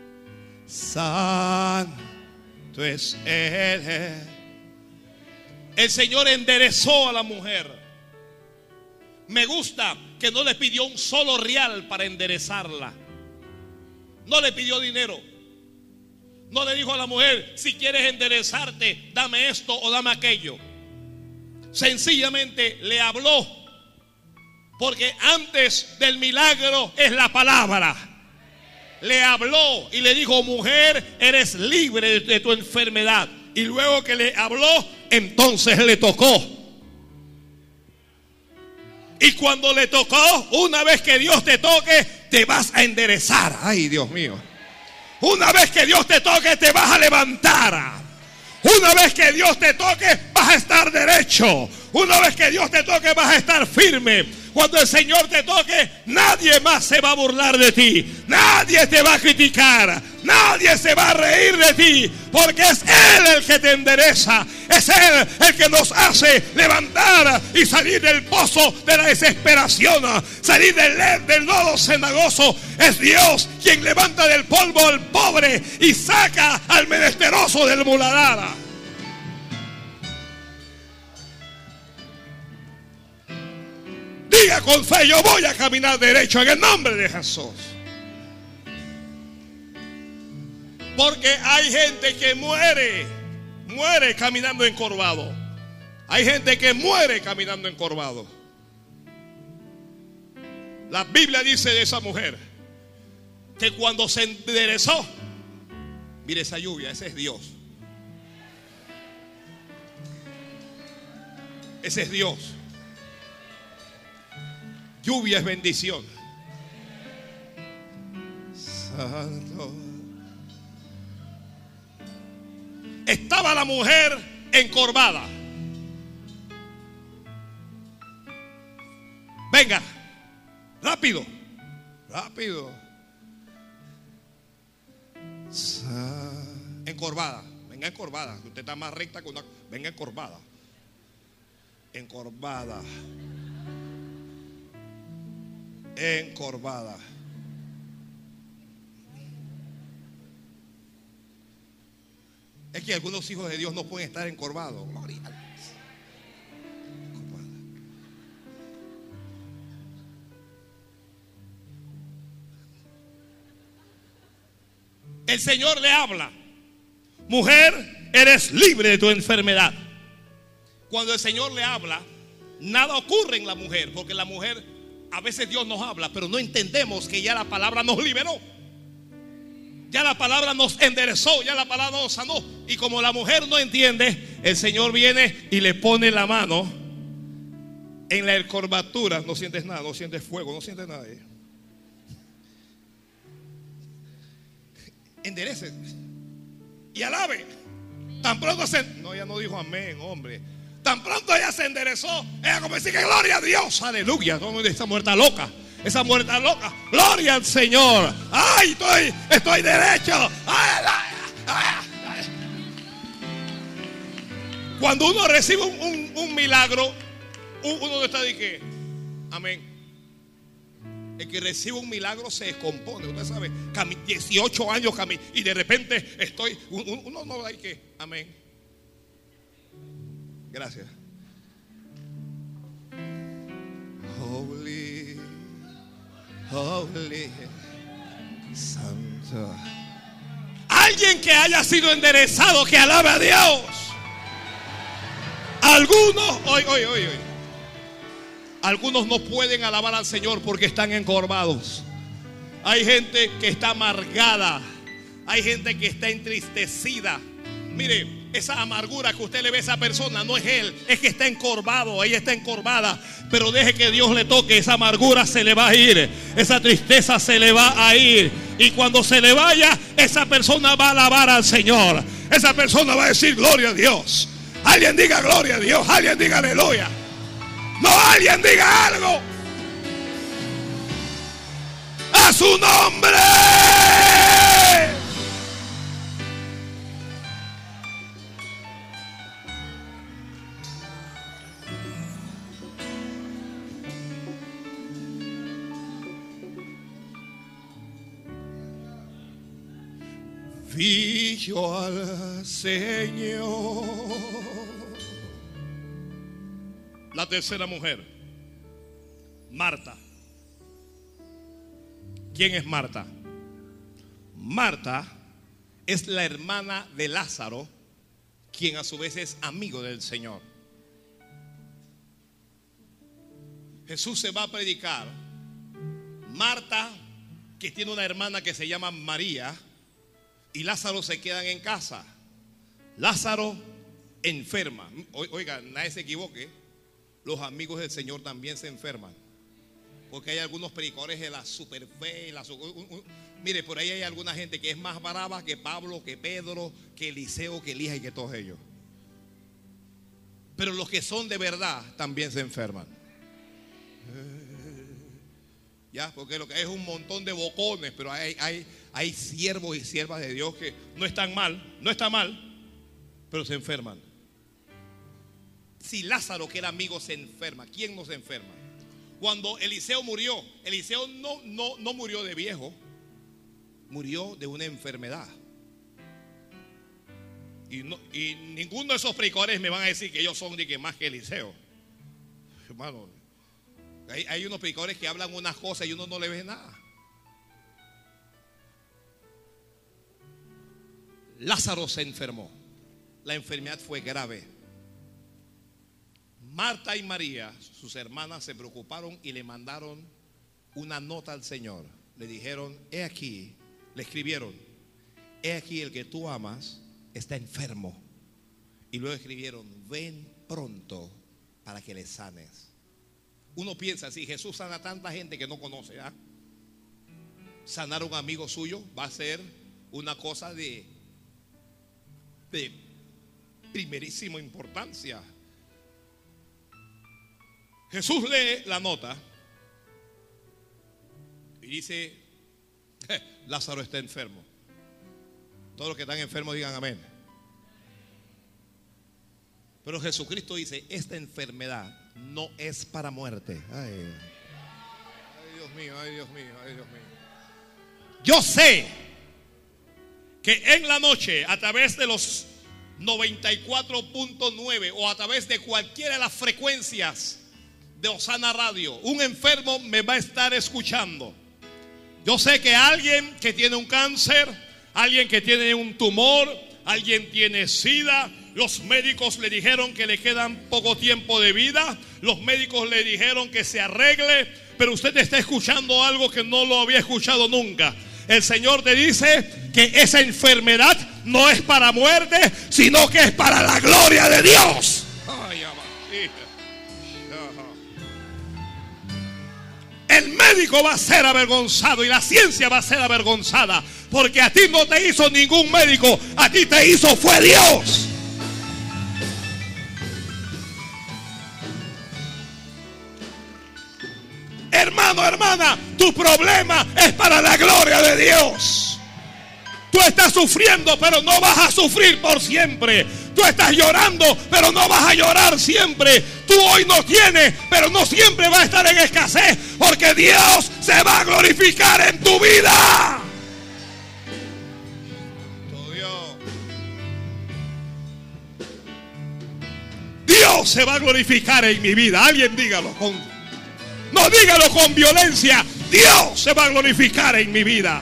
santo es Él. El Señor enderezó a la mujer. Me gusta que no le pidió un solo real para enderezarla. No le pidió dinero. No le dijo a la mujer: si quieres enderezarte, dame esto o dame aquello. Sencillamente le habló, porque antes del milagro es la palabra. Le habló y le dijo: mujer, eres libre de tu enfermedad. Y luego que le habló, entonces le tocó. Y cuando le tocó, una vez que Dios te toque, te vas a enderezar. Ay, Dios mío. Una vez que Dios te toque, te vas a levantar. Una vez que Dios te toque, vas a estar derecho. Una vez que Dios te toque, vas a estar firme. Cuando el Señor te toque, nadie más se va a burlar de ti. Nadie te va a criticar. Nadie se va a reír de ti. Porque es Él el que te endereza. Es Él el que nos hace levantar y salir del pozo de la desesperación. Salir del, del lodo cenagoso. Es Dios quien levanta del polvo al pobre y saca al menesteroso del muladar. Diga con fe: yo voy a caminar derecho en el nombre de Jesús. Porque hay gente que muere, muere caminando encorvado. Hay gente que muere caminando encorvado. La Biblia dice de esa mujer que cuando se enderezó, mire esa lluvia, ese es Dios. Ese es Dios. Lluvia es bendición. Santo. Estaba la mujer encorvada. Venga, rápido, rápido. Encorvada, venga encorvada. Usted está más recta que una. Venga encorvada. Encorvada. Encorvada. Es que algunos hijos de Dios no pueden estar encorvados. Gloria a Dios. El Señor le habla: mujer, eres libre de tu enfermedad. Cuando el Señor le habla, nada ocurre en la mujer, porque la mujer, a veces Dios nos habla, pero no entendemos que ya la palabra nos liberó. Ya la palabra nos enderezó, ya la palabra nos sanó. Y como la mujer no entiende, el Señor viene y le pone la mano en la encorvatura. No sientes nada, no sientes fuego, no sientes nada. Enderece y alabe. Tan pronto se... No, ella no dijo amén, hombre. Tan pronto ella se enderezó, ella como decía que gloria a Dios, aleluya. Esa muerta loca, esa muerta loca, gloria al Señor. Ay, estoy, estoy derecho. Ay, ay, ay, ay. Cuando uno recibe un, un, un milagro, uno no está de qué, amén. El que recibe un milagro se descompone. Usted sabe, dieciocho años camino y de repente estoy, uno no hay que, amén. Gracias. Holy, holy, santo. Alguien que haya sido enderezado, que alabe a Dios. Algunos, hoy, hoy, hoy, hoy. Algunos no pueden alabar al Señor porque están encorvados. Hay gente que está amargada. Hay gente que está entristecida. Mire, esa amargura que usted le ve a esa persona no es él, es que está encorvado, ella está encorvada. Pero deje que Dios le toque, esa amargura se le va a ir, esa tristeza se le va a ir. Y cuando se le vaya, esa persona va a alabar al Señor. Esa persona va a decir gloria a Dios. Alguien diga gloria a Dios, alguien diga aleluya. No, alguien diga algo. A su nombre. Vi yo al Señor. La tercera mujer, Marta. ¿Quién es Marta? Marta es la hermana de Lázaro, quien a su vez es amigo del Señor. Jesús se va a predicar. Marta, que tiene una hermana que se llama María, y Lázaro se quedan en casa. Lázaro enferma. Oiga, nadie se equivoque. Los amigos del Señor también se enferman. Porque hay algunos predicadores de la super fe. La, un, un, mire, por ahí hay alguna gente que es más brava que Pablo, que Pedro, que Eliseo, que Elías y que todos ellos. Pero los que son de verdad también se enferman. Ya, porque lo que hay es un montón de bocones, pero hay, hay, hay siervos y siervas de Dios que no están mal, no está mal, pero se enferman. Si Lázaro, que era amigo, se enferma, ¿quién no se enferma? Cuando Eliseo murió, Eliseo no, no, no murió de viejo, murió de una enfermedad. Y, no, y ninguno de esos predicadores me van a decir que ellos son de que más que Eliseo. Hermano, hay, hay unos predicadores que hablan unas cosas y uno no le ve nada. Lázaro se enfermó. La enfermedad fue grave. Marta y María, sus hermanas, se preocuparon y le mandaron una nota al Señor. Le dijeron: he aquí, le escribieron: he aquí, el que tú amas está enfermo. Y luego escribieron: ven pronto para que le sanes. Uno piensa, si Jesús sana a tanta gente que no conoce, ¿ah? Sanar a un amigo suyo va a ser una cosa de, de primerísima importancia. Jesús lee la nota y dice: eh, Lázaro está enfermo. Todos los que están enfermos digan amén. Pero Jesucristo dice: esta enfermedad no es para muerte. Ay, ay Dios mío, ay Dios mío, ay Dios mío. Yo sé que en la noche, a través de los noventa y cuatro punto nueve o a través de cualquiera de las frecuencias de Osana Radio, un enfermo me va a estar escuchando. Yo sé que alguien que tiene un cáncer, alguien que tiene un tumor, alguien tiene SIDA, los médicos le dijeron que le quedan poco tiempo de vida, los médicos le dijeron que se arregle, pero usted está escuchando algo que no lo había escuchado nunca. El Señor te dice que esa enfermedad no es para muerte, sino que es para la gloria de Dios. Ay, el médico va a ser avergonzado y la ciencia va a ser avergonzada, porque a ti no te hizo ningún médico, a ti te hizo fue Dios. Hermano, hermana, tu problema es para la gloria de Dios. Tú estás sufriendo, pero no vas a sufrir por siempre. Tú estás llorando, pero no vas a llorar siempre. Tú hoy no tienes, pero no siempre va a estar en escasez, porque Dios se va a glorificar en tu vida. Dios se va a glorificar en mi vida. Alguien dígalo con, no dígalo con violencia. Dios se va a glorificar en mi vida.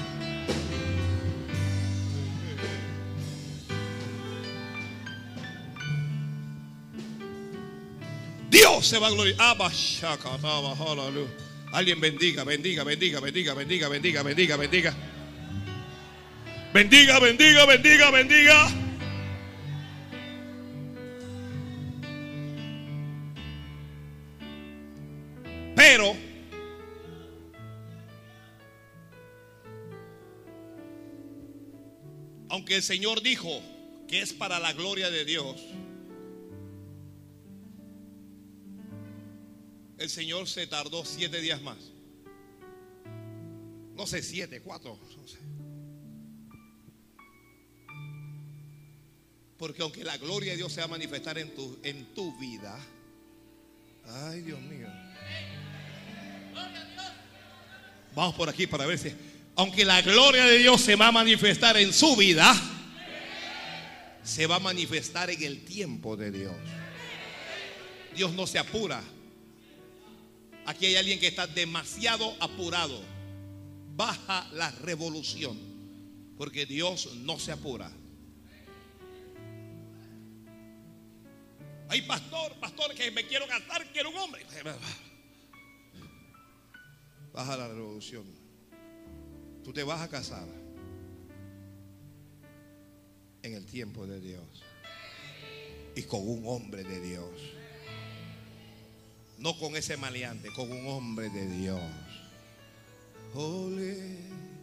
Dios se va a glorificar. Alguien bendiga, bendiga, bendiga, bendiga, bendiga, bendiga, bendiga, bendiga. Bendiga, bendiga, bendiga, bendiga. Pero aunque el Señor dijo que es para la gloria de Dios, el Señor se tardó siete días más. No sé, siete, cuatro, no sé. Porque aunque la gloria de Dios se va a manifestar en tu, en tu vida. Ay, Dios mío. Vamos por aquí para ver si. Aunque la gloria de Dios se va a manifestar en su vida, se va a manifestar en el tiempo de Dios. Dios no se apura. Aquí hay alguien que está demasiado apurado. Baja la revolución, porque Dios no se apura. Ay, pastor, pastor, que me quiero casar, quiero un hombre. Baja la revolución. Tú te vas a casar en el tiempo de Dios y con un hombre de Dios. No con ese maleante, con un hombre de Dios. Holy.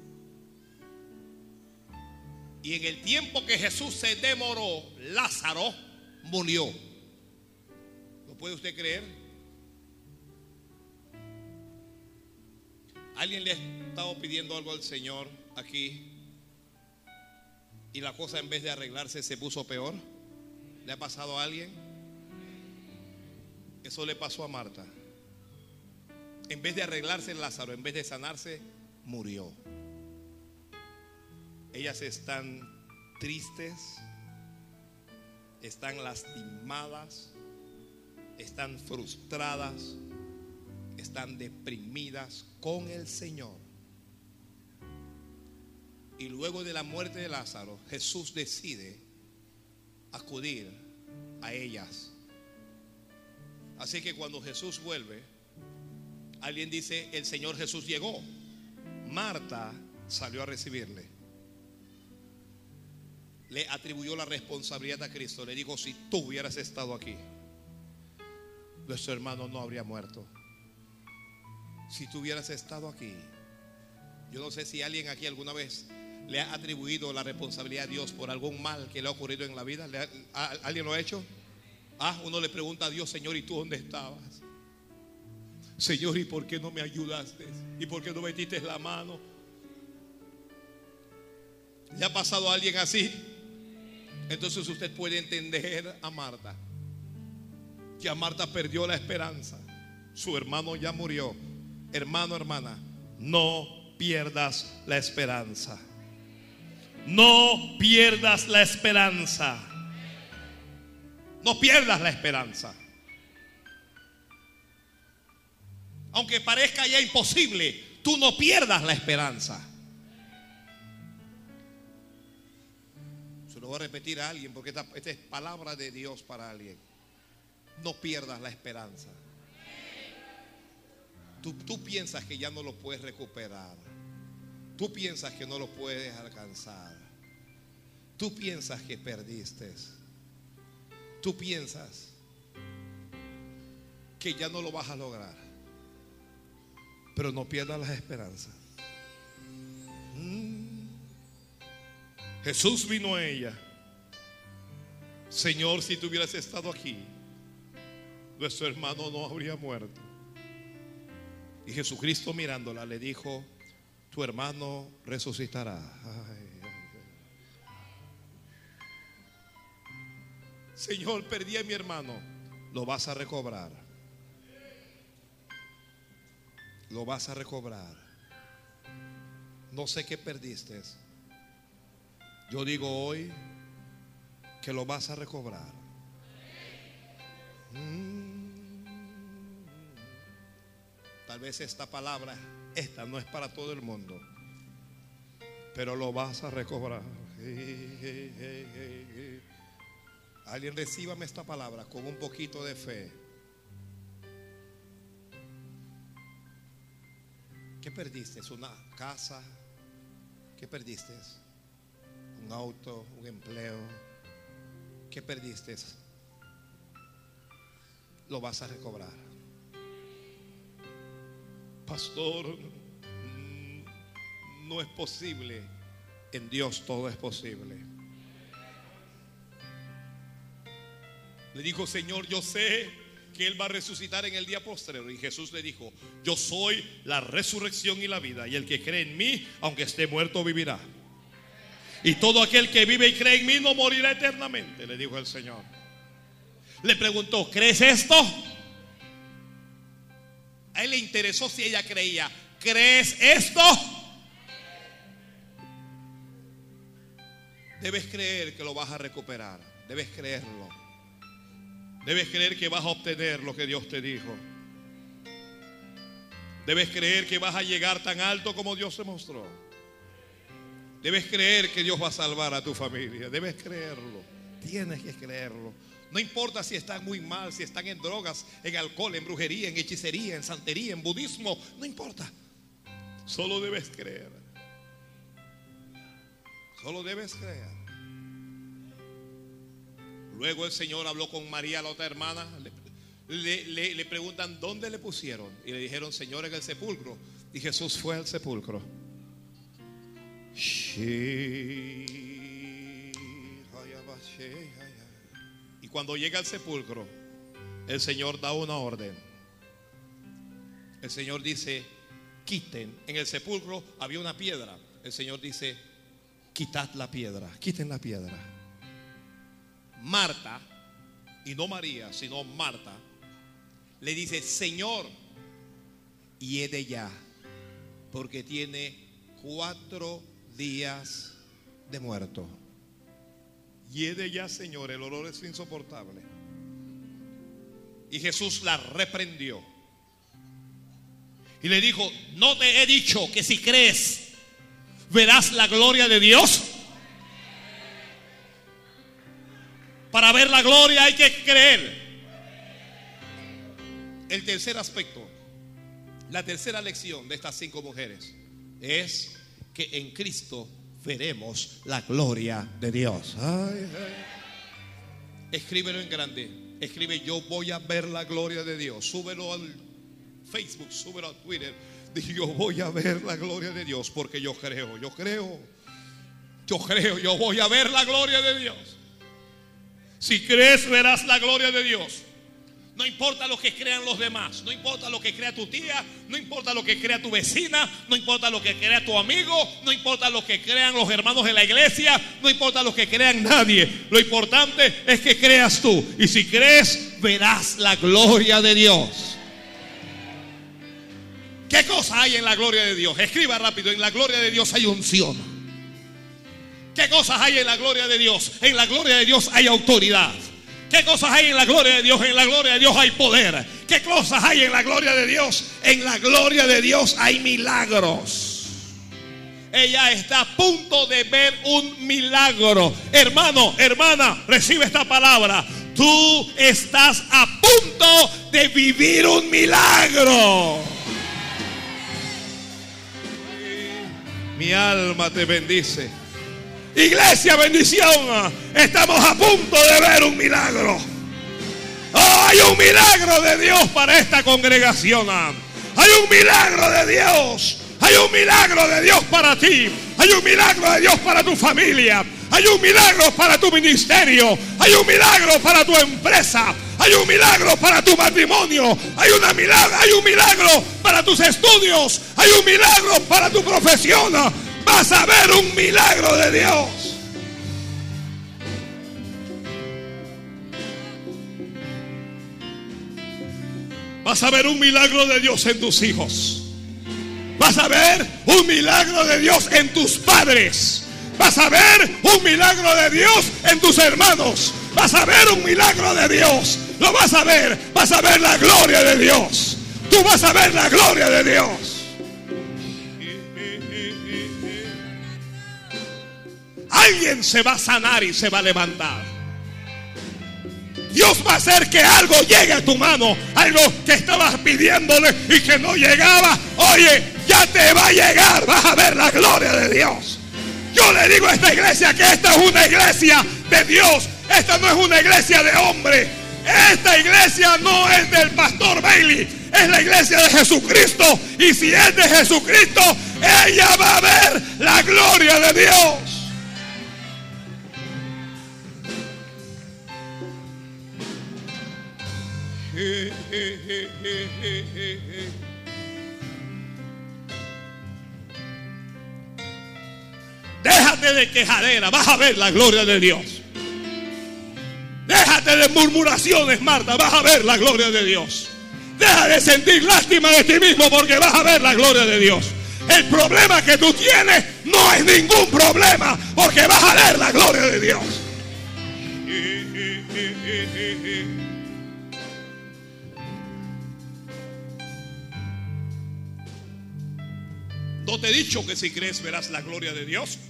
Y en el tiempo que Jesús se demoró, Lázaro murió. ¿Lo puede usted creer? ¿Alguien le ha estado pidiendo algo al Señor aquí y la cosa en vez de arreglarse se puso peor? ¿Le ha pasado a alguien? Eso le pasó a Marta. En vez de arreglarse Lázaro, en vez de sanarse, murió. Ellas están tristes, están lastimadas, están frustradas, están deprimidas con el Señor. Y luego de la muerte de Lázaro, Jesús decide acudir a ellas. Así que cuando Jesús vuelve, alguien dice: el Señor Jesús llegó. Marta salió a recibirle. Le atribuyó la responsabilidad a Cristo. Le dijo: si tú hubieras estado aquí, nuestro hermano no habría muerto. Si tú hubieras estado aquí. Yo no sé si alguien aquí alguna vez le ha atribuido la responsabilidad a Dios por algún mal que le ha ocurrido en la vida. ¿Le ha, a, ¿Alguien lo ha hecho? Ah, uno le pregunta a Dios: Señor, ¿y tú dónde estabas? Señor, ¿y por qué no me ayudaste? ¿Y por qué no metiste la mano? ¿Le ha pasado a alguien así? Entonces usted puede entender a Marta, que a Marta perdió la esperanza. Su hermano ya murió. Hermano, hermana, no pierdas la esperanza. No pierdas la esperanza. No pierdas la esperanza. Aunque parezca ya imposible, tú no pierdas la esperanza. Se lo voy a repetir a alguien, porque esta, esta es palabra de Dios para alguien. No pierdas la esperanza. Tú, tú piensas que ya no lo puedes recuperar. Tú piensas que no lo puedes alcanzar. Tú piensas que perdiste. Tú piensas que ya no lo vas a lograr. Pero no pierdas la esperanza. Mm. Jesús vino a ella. Señor, si tú hubieras estado aquí, nuestro hermano no habría muerto. Y Jesucristo, mirándola, le dijo: tu hermano resucitará. Ay, ay, ay. Señor, perdí a mi hermano. Lo vas a recobrar. Lo vas a recobrar. No sé qué perdiste. Yo digo hoy que lo vas a recobrar. Mm. Tal vez esta palabra, esta no es para todo el mundo, pero lo vas a recobrar. Hey, hey, hey, hey, hey. Alguien recíbame esta palabra con un poquito de fe. ¿Qué perdiste? ¿Una casa? ¿Qué perdiste? ¿Un auto? ¿Un empleo? ¿Qué perdiste? Lo vas a recobrar. pastor, no es posible. En Dios todo es posible. Le dijo: Señor, yo sé que Él va a resucitar en el día postrero. Y Jesús le dijo: yo soy la resurrección y la vida, y el que cree en mí, aunque esté muerto, vivirá. Y todo aquel que vive y cree en mí no morirá eternamente, le dijo el Señor. Le preguntó: ¿crees esto? A él le interesó si ella creía. ¿Crees esto? Debes creer que lo vas a recuperar. Debes creerlo. Debes creer que vas a obtener lo que Dios te dijo. Debes creer que vas a llegar tan alto como Dios te mostró. Debes creer que Dios va a salvar a tu familia. Debes creerlo. Tienes que creerlo. No importa si están muy mal, si están en drogas, en alcohol, en brujería, en hechicería, en santería, en budismo. No importa. Solo debes creer. Solo debes creer. Luego el Señor habló con María, la otra hermana. Le, le, le preguntan: ¿dónde le pusieron? Y le dijeron: Señor, en el sepulcro. Y Jesús fue al sepulcro. Y cuando llega al sepulcro, el Señor da una orden. El Señor dice: quiten. En el sepulcro había una piedra. El Señor dice: quitad la piedra, quiten la piedra. Marta, y no María, sino Marta, le dice: Señor, hiede ya, porque tiene cuatro días de muerto. Hiede ya, Señor, el olor es insoportable. Y Jesús la reprendió y le dijo: ¿no te he dicho que si crees verás la gloria de Dios? Para ver la gloria hay que creer. El tercer aspecto, la tercera lección de estas cinco mujeres es que en Cristo veremos la gloria de Dios. Ay, ay. Escríbelo en grande. Escribe: yo voy a ver la gloria de Dios. Súbelo al Facebook, súbelo a Twitter. Dice: yo voy a ver la gloria de Dios, porque yo creo, yo creo, yo creo, yo voy a ver la gloria de Dios. Si crees, verás la gloria de Dios. No importa lo que crean los demás, no importa lo que crea tu tía, no importa lo que crea tu vecina, no importa lo que crea tu amigo, no importa lo que crean los hermanos de la iglesia, no importa lo que crean nadie. Lo importante es que creas tú. Y si crees, verás la gloria de Dios. ¿Qué cosa hay en la gloria de Dios? Escriba rápido: en la gloria de Dios hay unción. ¿Qué cosas hay en la gloria de Dios? En la gloria de Dios hay autoridad. ¿Qué cosas hay en la gloria de Dios? En la gloria de Dios hay poder. ¿Qué cosas hay en la gloria de Dios? En la gloria de Dios hay milagros. Ella está a punto de ver un milagro. Hermano, hermana, recibe esta palabra. Tú estás a punto de vivir un milagro. Mi alma te bendice. Iglesia, bendición. Estamos a punto de ver un milagro. Oh, hay un milagro de Dios para esta congregación. Hay un milagro de Dios. Hay un milagro de Dios para ti. Hay un milagro de Dios para tu familia. Hay un milagro para tu ministerio. Hay un milagro para tu empresa. Hay un milagro para tu matrimonio. Hay, una milagro, hay un milagro para tus estudios. Hay un milagro para tu profesión. Vas a ver un milagro de Dios. Vas a ver un milagro de Dios en tus hijos. Vas a ver un milagro de Dios en tus padres. Vas a ver un milagro de Dios en tus hermanos. Vas a ver un milagro de Dios. Lo vas a ver. Vas a ver la gloria de Dios. Tú vas a ver la gloria de Dios. Alguien se va a sanar y se va a levantar. Dios va a hacer que algo llegue a tu mano. Algo que estabas pidiéndole y que no llegaba. Oye, ya te va a llegar. Vas a ver la gloria de Dios. Yo le digo a esta iglesia que esta es una iglesia de Dios. Esta no es una iglesia de hombre. Esta iglesia no es del pastor Bailey. es la iglesia de Jesucristo. Y si es de Jesucristo, ella va a ver la gloria de Dios. Déjate de quejadera, vas a ver la gloria de Dios. Déjate de murmuraciones, Marta, vas a ver la gloria de Dios. Deja de sentir lástima de ti mismo, porque vas a ver la gloria de Dios. El problema que tú tienes no es ningún problema, porque vas a ver la gloria de Dios. ¿No te he dicho que si crees verás la gloria de Dios?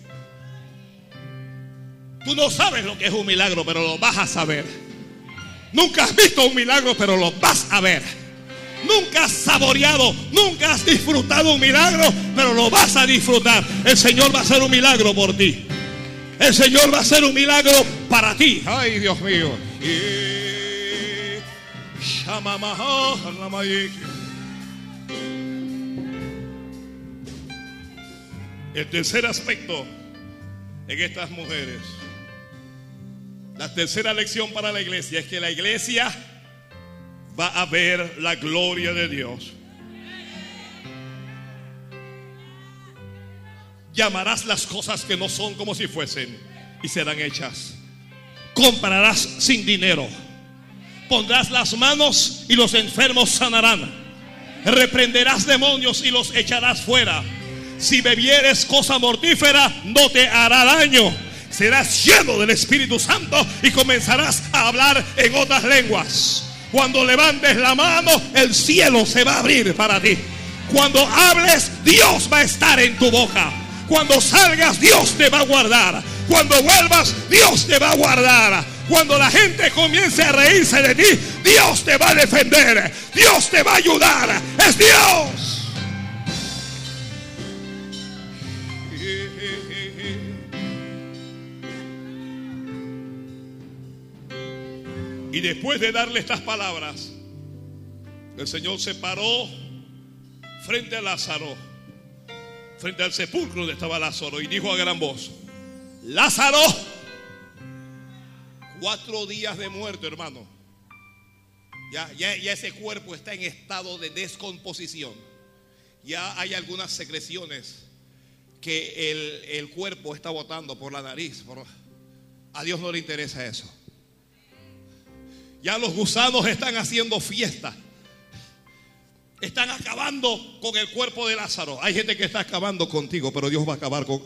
Tú no sabes lo que es un milagro, pero lo vas a saber. Nunca has visto un milagro, pero lo vas a ver. Nunca has saboreado, nunca has disfrutado un milagro, pero lo vas a disfrutar. El Señor va a hacer un milagro por ti. El Señor va a hacer un milagro para ti. Ay, Dios mío. El tercer aspecto en estas mujeres, la tercera lección para la iglesia, es que la iglesia va a ver la gloria de Dios. Llamarás las cosas que no son como si fuesen y serán hechas. Comprarás sin dinero. Pondrás las manos y los enfermos sanarán. Reprenderás demonios y los echarás fuera. Si bebieres cosa mortífera, no te hará daño. Serás lleno del Espíritu Santo y comenzarás a hablar en otras lenguas. Cuando levantes la mano, el cielo se va a abrir para ti. Cuando hables, Dios va a estar en tu boca. Cuando salgas, Dios te va a guardar. Cuando vuelvas, Dios te va a guardar. Cuando la gente comience a reírse de ti, Dios te va a defender. Dios te va a ayudar. Es Dios. Y después de darle estas palabras, el Señor se paró frente a Lázaro, frente al sepulcro donde estaba Lázaro, y dijo a gran voz: Lázaro, cuatro días de muerto, hermano. Ya, ya, ya ese cuerpo está en estado de descomposición. Ya hay algunas secreciones que el, el cuerpo está botando por la nariz. Por... A Dios no le interesa eso. Ya los gusanos están haciendo fiesta. Están acabando con el cuerpo de Lázaro. Hay gente que está acabando contigo, pero Dios va a acabar con...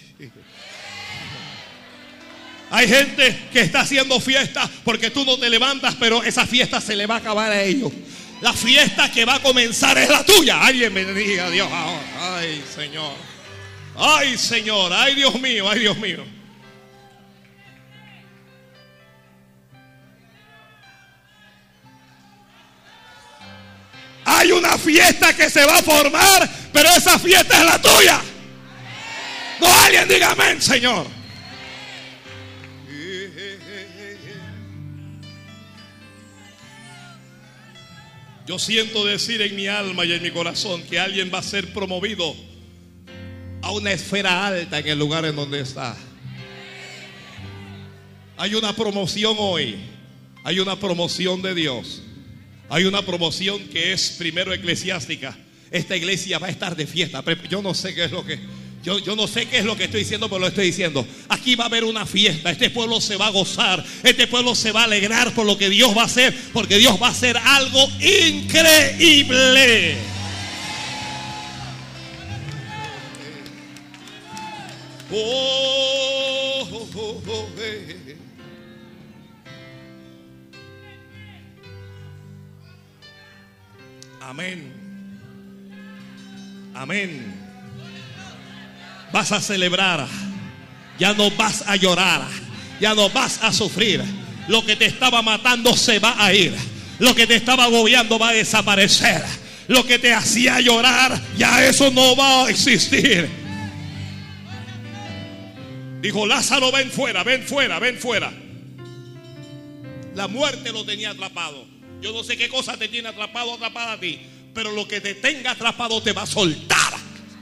Hay gente que está haciendo fiesta porque tú no te levantas, pero esa fiesta se le va a acabar a ellos. La fiesta que va a comenzar es la tuya. Alguien me diga: Dios ahora. Ay, Señor. Ay, Señor. Ay, Dios mío. Ay, Dios mío. Hay una fiesta que se va a formar, pero esa fiesta es la tuya. No, alguien diga amén, Señor. Yo siento decir en mi alma y en mi corazón que alguien va a ser promovido a una esfera alta en el lugar en donde está. Hay una promoción hoy. Hay una promoción de Dios. Hay una promoción que es primero eclesiástica. Esta iglesia va a estar de fiesta. Yo no sé qué es lo que yo, yo no sé qué es lo que estoy diciendo, pero lo estoy diciendo. Aquí va a haber una fiesta. Este pueblo se va a gozar. Este pueblo se va a alegrar por lo que Dios va a hacer, porque Dios va a hacer algo increíble. Oh, oh, oh, oh, eh. Amén. Amén. Vas a celebrar. Ya no vas a llorar. Ya no vas a sufrir. Lo que te estaba matando se va a ir. Lo que te estaba agobiando va a desaparecer. Lo que te hacía llorar, ya eso no va a existir. Dijo: Lázaro, ven fuera, ven fuera, ven fuera. La muerte lo tenía atrapado. Yo no sé qué cosa te tiene atrapado o atrapada a ti, pero lo que te tenga atrapado te va a soltar.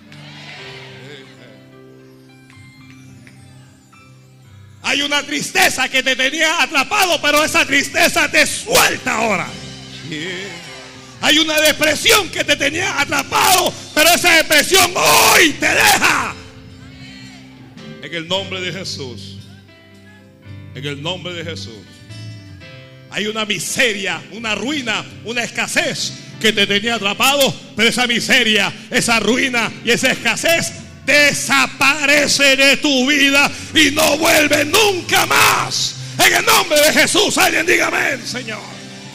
Hay una tristeza que te tenía atrapado, pero esa tristeza te suelta ahora. Hay una depresión que te tenía atrapado, pero esa depresión hoy te deja. En el nombre de Jesús. En el nombre de Jesús. Hay una miseria, una ruina, una escasez que te tenía atrapado, pero esa miseria, esa ruina y esa escasez desaparece de tu vida y no vuelve nunca más. En el nombre de Jesús, alguien diga amén, Señor.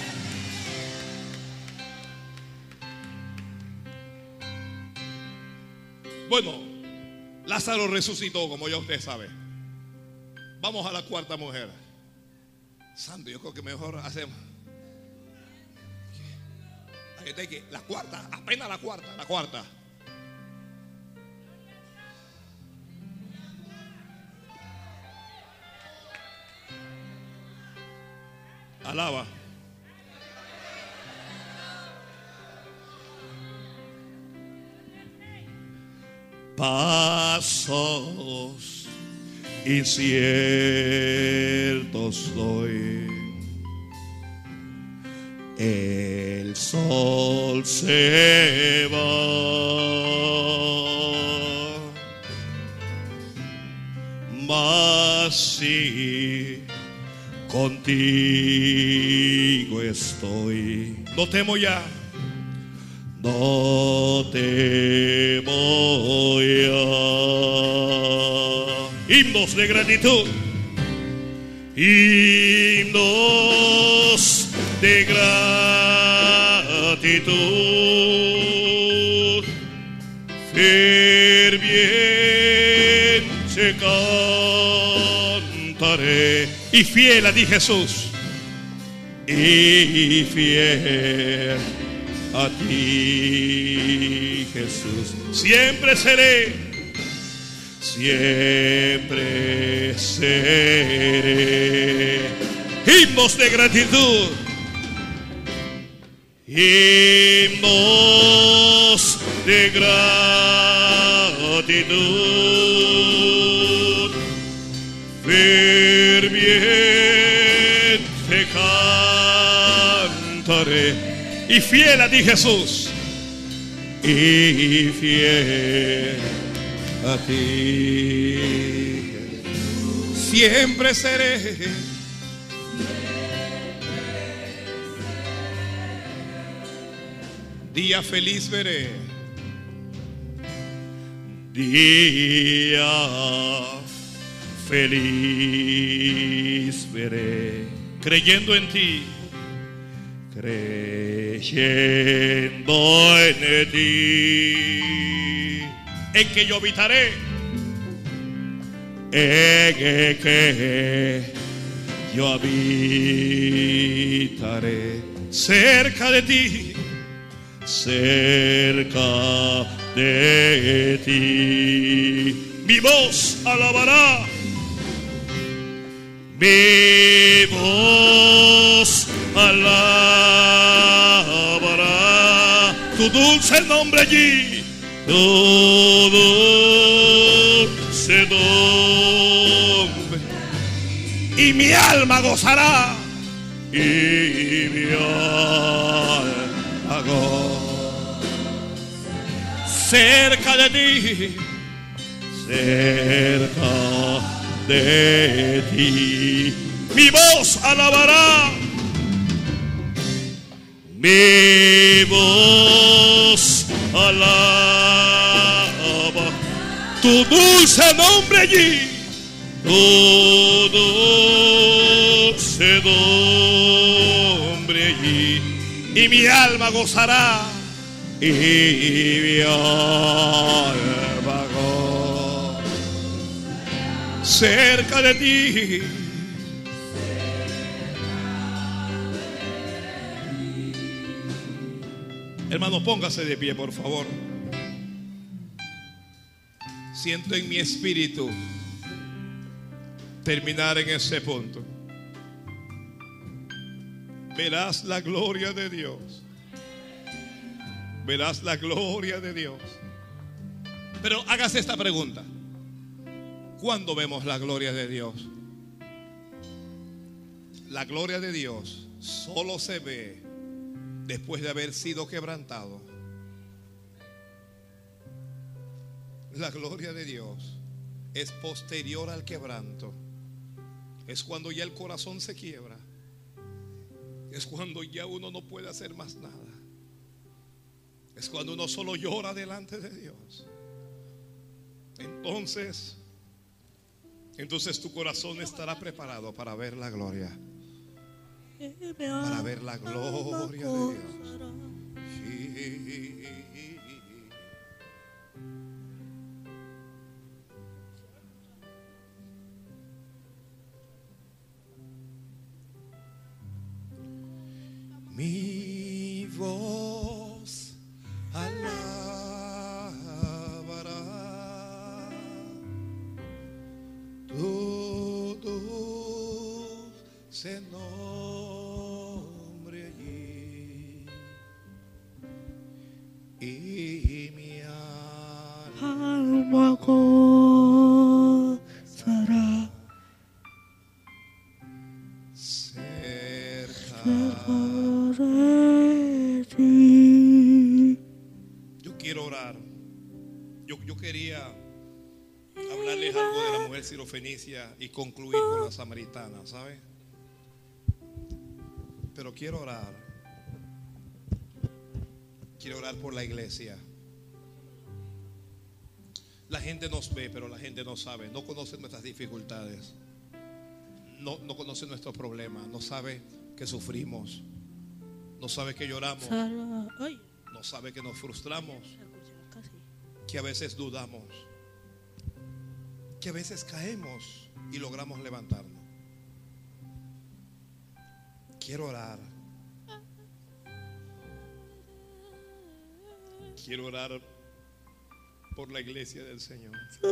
Bueno, Lázaro resucitó, como ya usted sabe. Vamos a la cuarta mujer. Santo, yo creo que mejor hacemos la cuarta, apenas la cuarta, la cuarta. Alaba. Pasos inciertos doy. El sol se va, mas si contigo estoy, no temo ya, no temo ya. Himnos de gratitud, himnos de gratitud, ferviente cantaré. Y fiel a ti, Jesús, y fiel a ti, Jesús, siempre seré, siempre seré. Himnos de gratitud, himnos de gratitud, ferviente cantaré. Y fiel a ti, Jesús, y fiel a ti, siempre seré. Día feliz veré, día feliz veré, creyendo en ti, creyendo en ti, en que yo habitaré, en que yo habitaré cerca de ti, cerca de ti. Mi voz alabará, mi voz alabará tu dulce nombre allí, tu dulce nombre, y mi alma gozará, y mi alma gozará cerca de ti, cerca de ti. Mi voz alabará, mi voz alaba tu dulce nombre allí, tu dulce nombre allí, y mi alma gozará, y mi alma gozará cerca de ti. Hermano, póngase de pie, por favor. Siento en mi espíritu terminar en ese punto. Verás la gloria de Dios. Verás la gloria de Dios. Pero hágase esta pregunta: ¿cuándo vemos la gloria de Dios? La gloria de Dios solo se ve después de haber sido quebrantado. La gloria de Dios es posterior al quebranto. Es cuando ya el corazón se quiebra. Es cuando ya uno no puede hacer más nada. Es cuando uno solo llora delante de Dios. Entonces, entonces tu corazón estará preparado para ver la gloria. Para ver la gloria de Dios. Mi voz alabará tu dulce nombre allí, y mi alma gozará cerca de ti. Yo quiero orar. Yo, yo quería hablarles algo de la mujer sirofenicia y concluir con la samaritana, ¿sabe? Pero quiero orar. Quiero orar por la iglesia. La gente nos ve, pero la gente no sabe. No conoce nuestras dificultades. No, no conoce nuestros problemas. No sabe que sufrimos. No sabe que lloramos. No sabe que nos frustramos. Que a veces dudamos. Que a veces caemos y logramos levantarnos. Quiero orar. Quiero orar por la iglesia del Señor.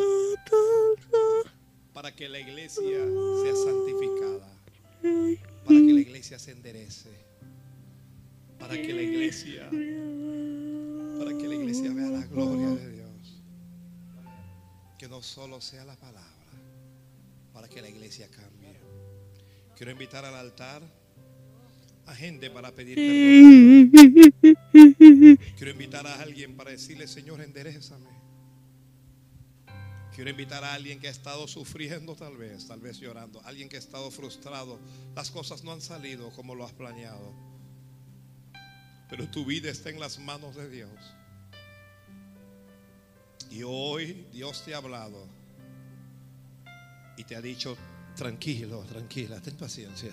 Para que la iglesia sea santificada. Para que la iglesia se enderece. Para que la iglesia Para que la iglesia vea la gloria de Dios. Que no solo sea la palabra. Para que la iglesia cambie. Quiero invitar al altar a gente para pedir perdón. Quiero invitar a alguien para decirle: Señor, enderézame. Quiero invitar a alguien que ha estado sufriendo, tal vez, tal vez llorando. Alguien que ha estado frustrado. Las cosas no han salido como lo has planeado. Pero tu vida está en las manos de Dios. Y hoy Dios te ha hablado y te ha dicho: tranquilo, tranquila, ten paciencia.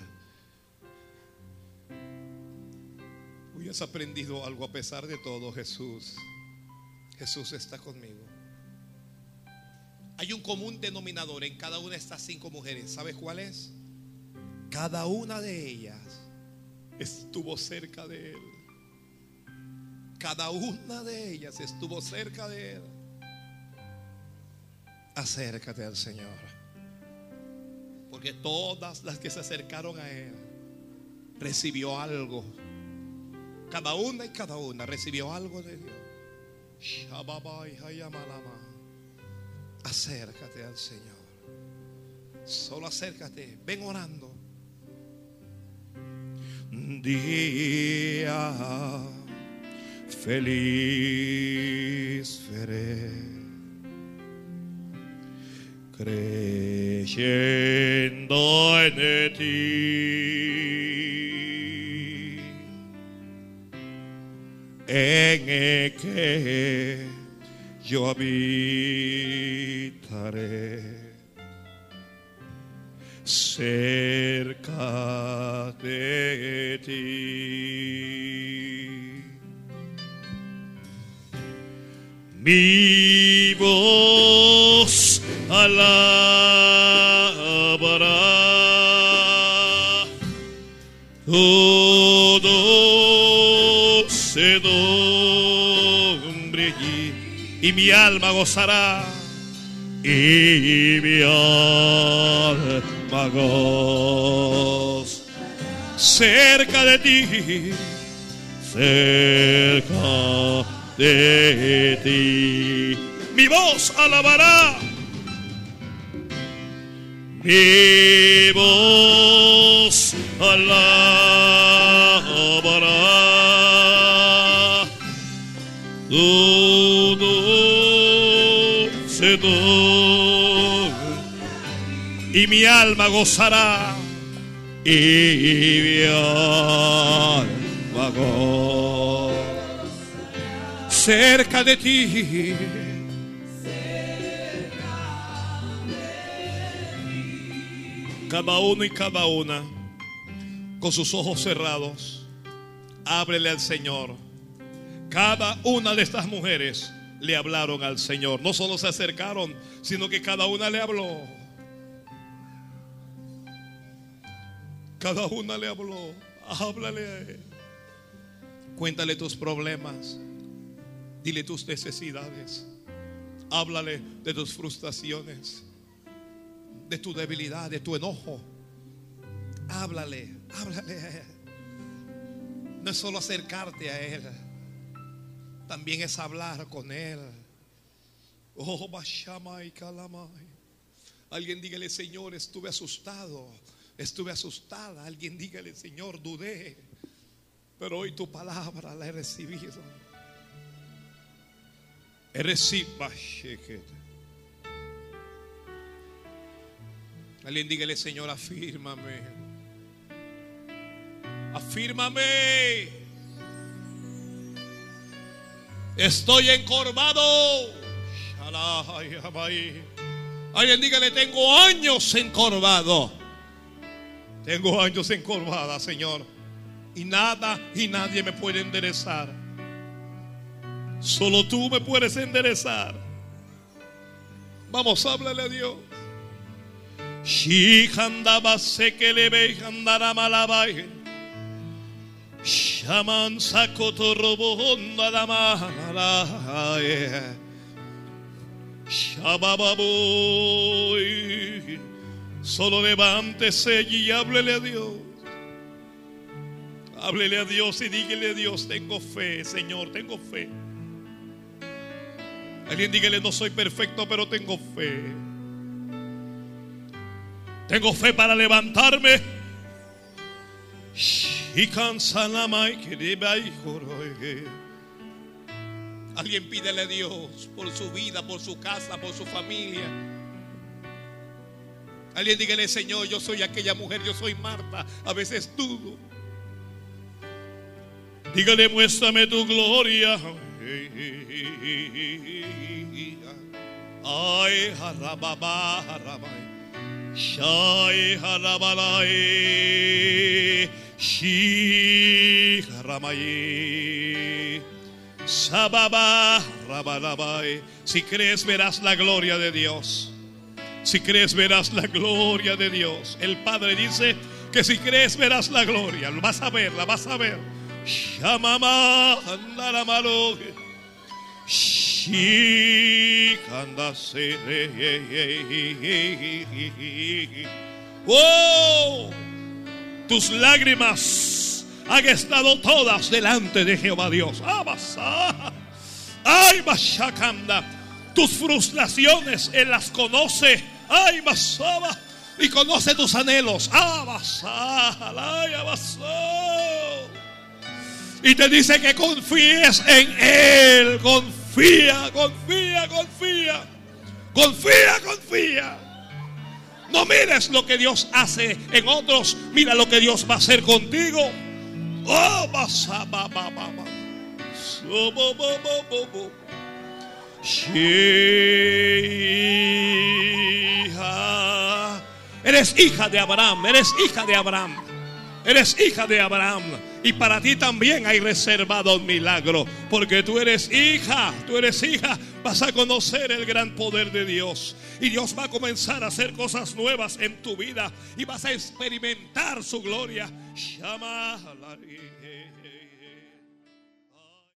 Hoy has aprendido algo. A pesar de todo, Jesús Jesús está conmigo. Hay un común denominador en cada una de estas cinco mujeres. ¿Sabes cuál es? Cada una de ellas estuvo cerca de Él. Cada una de ellas estuvo cerca de Él. Acércate al Señor. Porque todas las que se acercaron a Él recibió algo. Cada una y cada una recibió algo de Dios. Acércate al Señor. Solo acércate. Ven orando. Día feliz veré, creyendo en ti, en el que yo habitaré cerca de ti. Mi voz alabará todo ese nombre y mi alma gozará. Y mi alma goz cerca de ti, cerca de ti. Mi voz alabará, mi voz alabará tu dulce nombre, y mi alma gozará, y mi alma gozará cerca de ti. Cada uno y cada una, con sus ojos cerrados, ábrele al Señor. Cada una de estas mujeres le hablaron al Señor. No solo se acercaron, sino que cada una le habló. Cada una le habló. Háblale a Él. Cuéntale tus problemas. Dile tus necesidades. Háblale de tus frustraciones, de tu debilidad, de tu enojo. Háblale, háblale a Él. No es solo acercarte a Él, también es hablar con Él. Oh, Bashamay Kalamay. Alguien dígale: Señor, estuve asustado, estuve asustada. Alguien dígale: Señor, dudé, pero hoy tu palabra la he recibido. He recibido. Alguien dígale: Señor, afírmame, afírmame. Estoy encorvado. Alguien dígale: tengo años encorvado. Tengo años encorvada, Señor, y nada y nadie me puede enderezar. Solo tú me puedes enderezar. Vamos, háblale a Dios. Shikandaba sekelebe andara malabai. Shaman sakoto robonda la malaya. Shabababoy. Solo levántese y háblele a Dios. Háblele a Dios y dígale a Dios: tengo fe, Señor, tengo fe. Alguien dígale: no soy perfecto, pero tengo fe. Tengo fe para levantarme. Alguien pídele a Dios por su vida, por su casa, por su familia. Alguien dígale: Señor, yo soy aquella mujer, yo soy Marta, a veces dudo. Dígale: muéstrame tu gloria. Ay, harababa, harabay. Shai harabalai. Shi haramayi. Sababa harabalabai. Si crees, verás la gloria de Dios. Si crees, verás la gloria de Dios. El Padre dice que si crees, verás la gloria. Vas a verla, vas a ver. Shamama andaramalo. Shikandase. Oh, tus lágrimas han estado todas delante de Jehová Dios. Abasa. Ay, Bashakanda. Tus frustraciones Él las conoce. Ay, Basaba. Y conoce tus anhelos. Abasa. Ay, Abasa. Y te dice que confíes en Él. Confía, confía, confía. Confía, confía. No mires lo que Dios hace en otros. Mira lo que Dios va a hacer contigo. Oh, basa, ba, ba, ba, ba. So, bo, bo, bo, bo, bo. Hija. Eres hija de Abraham. Eres hija de Abraham. Eres hija de Abraham. Y para ti también hay reservado un milagro. Porque tú eres hija. Tú eres hija. Vas a conocer el gran poder de Dios. Y Dios va a comenzar a hacer cosas nuevas en tu vida. Y vas a experimentar su gloria. Shama.